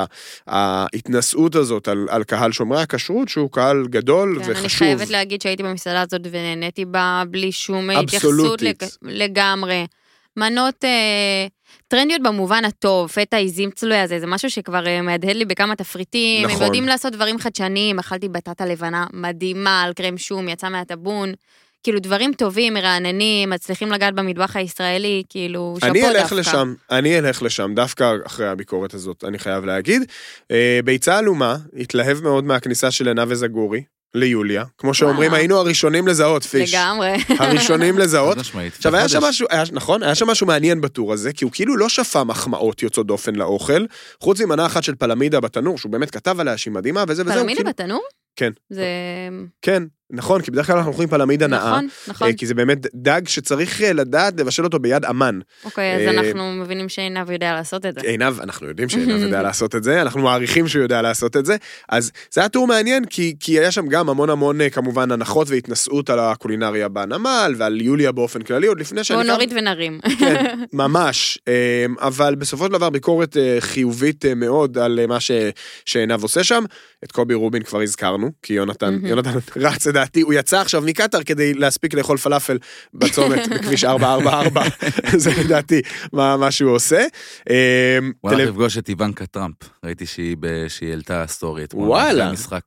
ההתנסות הזאת על, על קהל שומרי הכשרות, שהוא קהל גדול כן, וחשוב. אני חייבת להגיד שהייתי במסעדה הזאת ונהניתי בה בלי שום התייחסות לג... לגמרי. מנות אה, טרנדיות במובן הטוב, פטה עיזים צלויה, זה, זה משהו שכבר אה, מהדהד לי בכמה תפריטים, נכון. הם יודעים לעשות דברים חדשניים, אכלתי בטטה לבנה מדהימה על קרם שום, יצא מהטבון, כאילו דברים טובים, מרעננים, מצליחים לגעת במטבח הישראלי, כאילו שפו דווקא. אני אלך לשם, אני אלך לשם, דווקא אחרי הביקורת הזאת, אני חייב להגיד. אה, ביצה אלומה, התלהב מאוד מהכניסה של עינה וזגורי, ליוליה, כמו שאומרים, היינו הראשונים לזהות, פיש. לגמרי. הראשונים לזהות. עכשיו, היה שם משהו, נכון, היה שם משהו מעניין בטור הזה, כי הוא כאילו לא שפה מחמאות יוצאות דופן לאוכל, חוץ ממנה אחת של פלמידה בתנור, שהוא באמת כתב עליה שהיא מדהימה, וזה וזהו. פלמידה בתנור? כן. זה... כן, נכון, כי בדרך כלל אנחנו אוכלים פלמידה נאה. נכון, נכון. כי זה באמת דג שצריך לדעת לבשל אותו ביד אמן. אוקיי, אז אנחנו מבינים שעינב יודע לעשות את זה. עינב, אנחנו יודעים שעינב יודע לעשות את זה, אנחנו מעריכים שהוא יודע לעשות את זה, אז זה היה טור מעניין, כי, כי היה שם גם המון המון כמובן הנחות והתנסות על הקולינריה בנמל, ועל יוליה באופן כללי, עוד לפני שאני... בוא נוריד ונרים. כן, ממש, אבל בסופו של דבר ביקורת חיובית מאוד על מה ש... שעינב עושה שם, את קובי רובין כבר הזכרנו, כי יונתן, יונתן רץ לדעתי, הוא יצא עכשיו מקטר כדי להספיק לאכול פלאפל בצומת בכביש ארבע ארבע ארבע, זה לדעתי מה, מה שהוא עושה. הוא הלך לפגוש את איוונקה טראמפ, ראיתי שהיא העלתה סטורי, וואלה. המשחק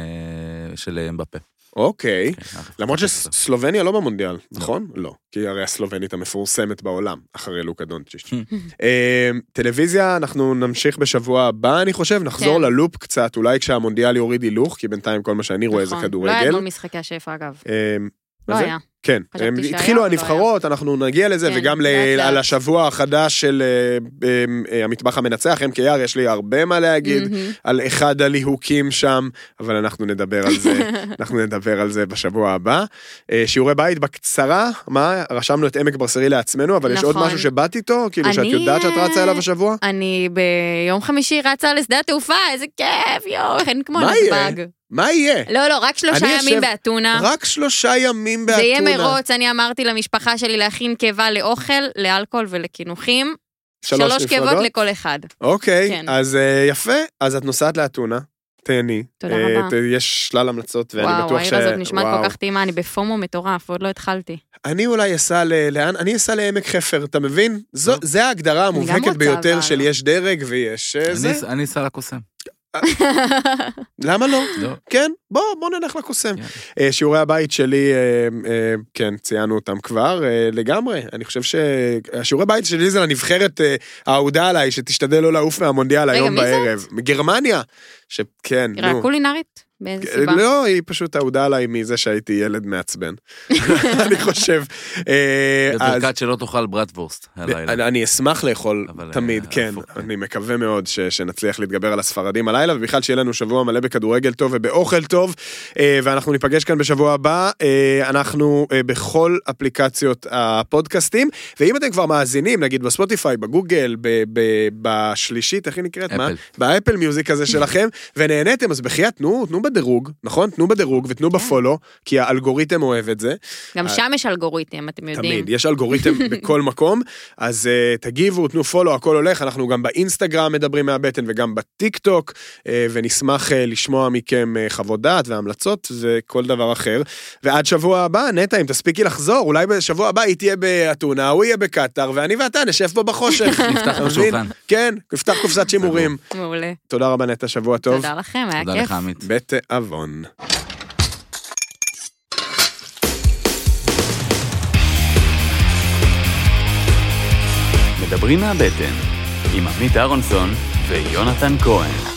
של אמבפה. אוקיי, למרות שסלובניה לא במונדיאל, נכון? לא, כי הרי הסלובנית המפורסמת בעולם, אחרי לוקה דונצ'יץ'. טלוויזיה, אנחנו נמשיך בשבוע הבא, אני חושב, נחזור ללופ קצת, אולי כשהמונדיאל יוריד הילוך, כי בינתיים כל מה שאני רואה זה כדורגל. לא היה מול משחקי השפע, אגב. לא היה. כן, התחילו הנבחרות, אנחנו נגיע לזה, וגם על השבוע החדש של המטבח המנצח, אם כייר, יש לי הרבה מה להגיד על אחד הליהוקים שם, אבל אנחנו נדבר על זה, אנחנו נדבר על זה בשבוע הבא. שיעורי בית בקצרה, מה? רשמנו את עמק ברסרי לעצמנו, אבל יש עוד משהו שבאת איתו, כאילו שאת יודעת שאת רצה אליו השבוע? אני ביום חמישי רצה לשדה התעופה, איזה כיף, יואו, אין כמו נתב"ג. מה יהיה? לא, לא, רק שלושה ימים באתונה. רק שלושה ימים באתונה. זה יהיה מרוץ, אני אמרתי למשפחה שלי להכין קיבה לאוכל, לאלכוהול ולקינוחים. שלוש קיבות לכל אחד. אוקיי, אז יפה, אז את נוסעת לאתונה. תהני. תודה רבה. יש שלל המלצות, ואני בטוח ש... וואו, העיר הזאת נשמעת כל כך טעימה, אני בפומו מטורף, עוד לא התחלתי. אני אולי אסע לאן? אני אסע לעמק חפר, אתה מבין? זה ההגדרה המובהקת ביותר של יש דרג ויש זה. אני אסע לקוסם. למה לא? כן, בוא, בוא נלך לקוסם. שיעורי הבית שלי, כן, ציינו אותם כבר, לגמרי. אני חושב שהשיעורי בית שלי זה לנבחרת העודה עליי, שתשתדל לא לעוף מהמונדיאל היום בערב. מגרמניה. שכן, נו. רק קולינרית? באיזה סיבה? לא, היא פשוט העודה עליי מזה שהייתי ילד מעצבן. אני חושב. בברכת שלא תאכל ברטוורסט. אני אשמח לאכול תמיד, כן. אני מקווה מאוד שנצליח להתגבר על הספרדים הלילה, ובכלל שיהיה לנו שבוע מלא בכדורגל טוב ובאוכל טוב, ואנחנו ניפגש כאן בשבוע הבא. אנחנו בכל אפליקציות הפודקאסטים, ואם אתם כבר מאזינים, נגיד בספוטיפיי, בגוגל, בשלישית, איך היא נקראת? מה? באפל מיוזיק הזה שלכם, ונהניתם, אז בחייאת, תנו, תנו בדירוג, נכון? תנו בדירוג ותנו בפולו, כי האלגוריתם אוהב את זה. גם שם יש אלגוריתם, אתם יודעים. תמיד, יש אלגוריתם בכל מקום, אז uh, תגיבו, תנו פולו, הכל הולך, אנחנו גם באינסטגרם מדברים מהבטן, וגם בטיק טוק, uh, ונשמח uh, לשמוע מכם uh, חוות דעת והמלצות, וכל דבר אחר. ועד שבוע הבא, נטע, אם תספיקי לחזור, אולי בשבוע הבא היא תהיה באתונה, הוא יהיה בקטר, ואני ואתה נשב פה בחושך. נפתח בשולחן. כן, נפתח קופסת שימורים. מעולה. תודה רבה נטע, שבוע טוב. תודה לכם, היה כיף. בתיאבון. מדברים מהבטן עם עמית אהרונסון ויונתן כהן.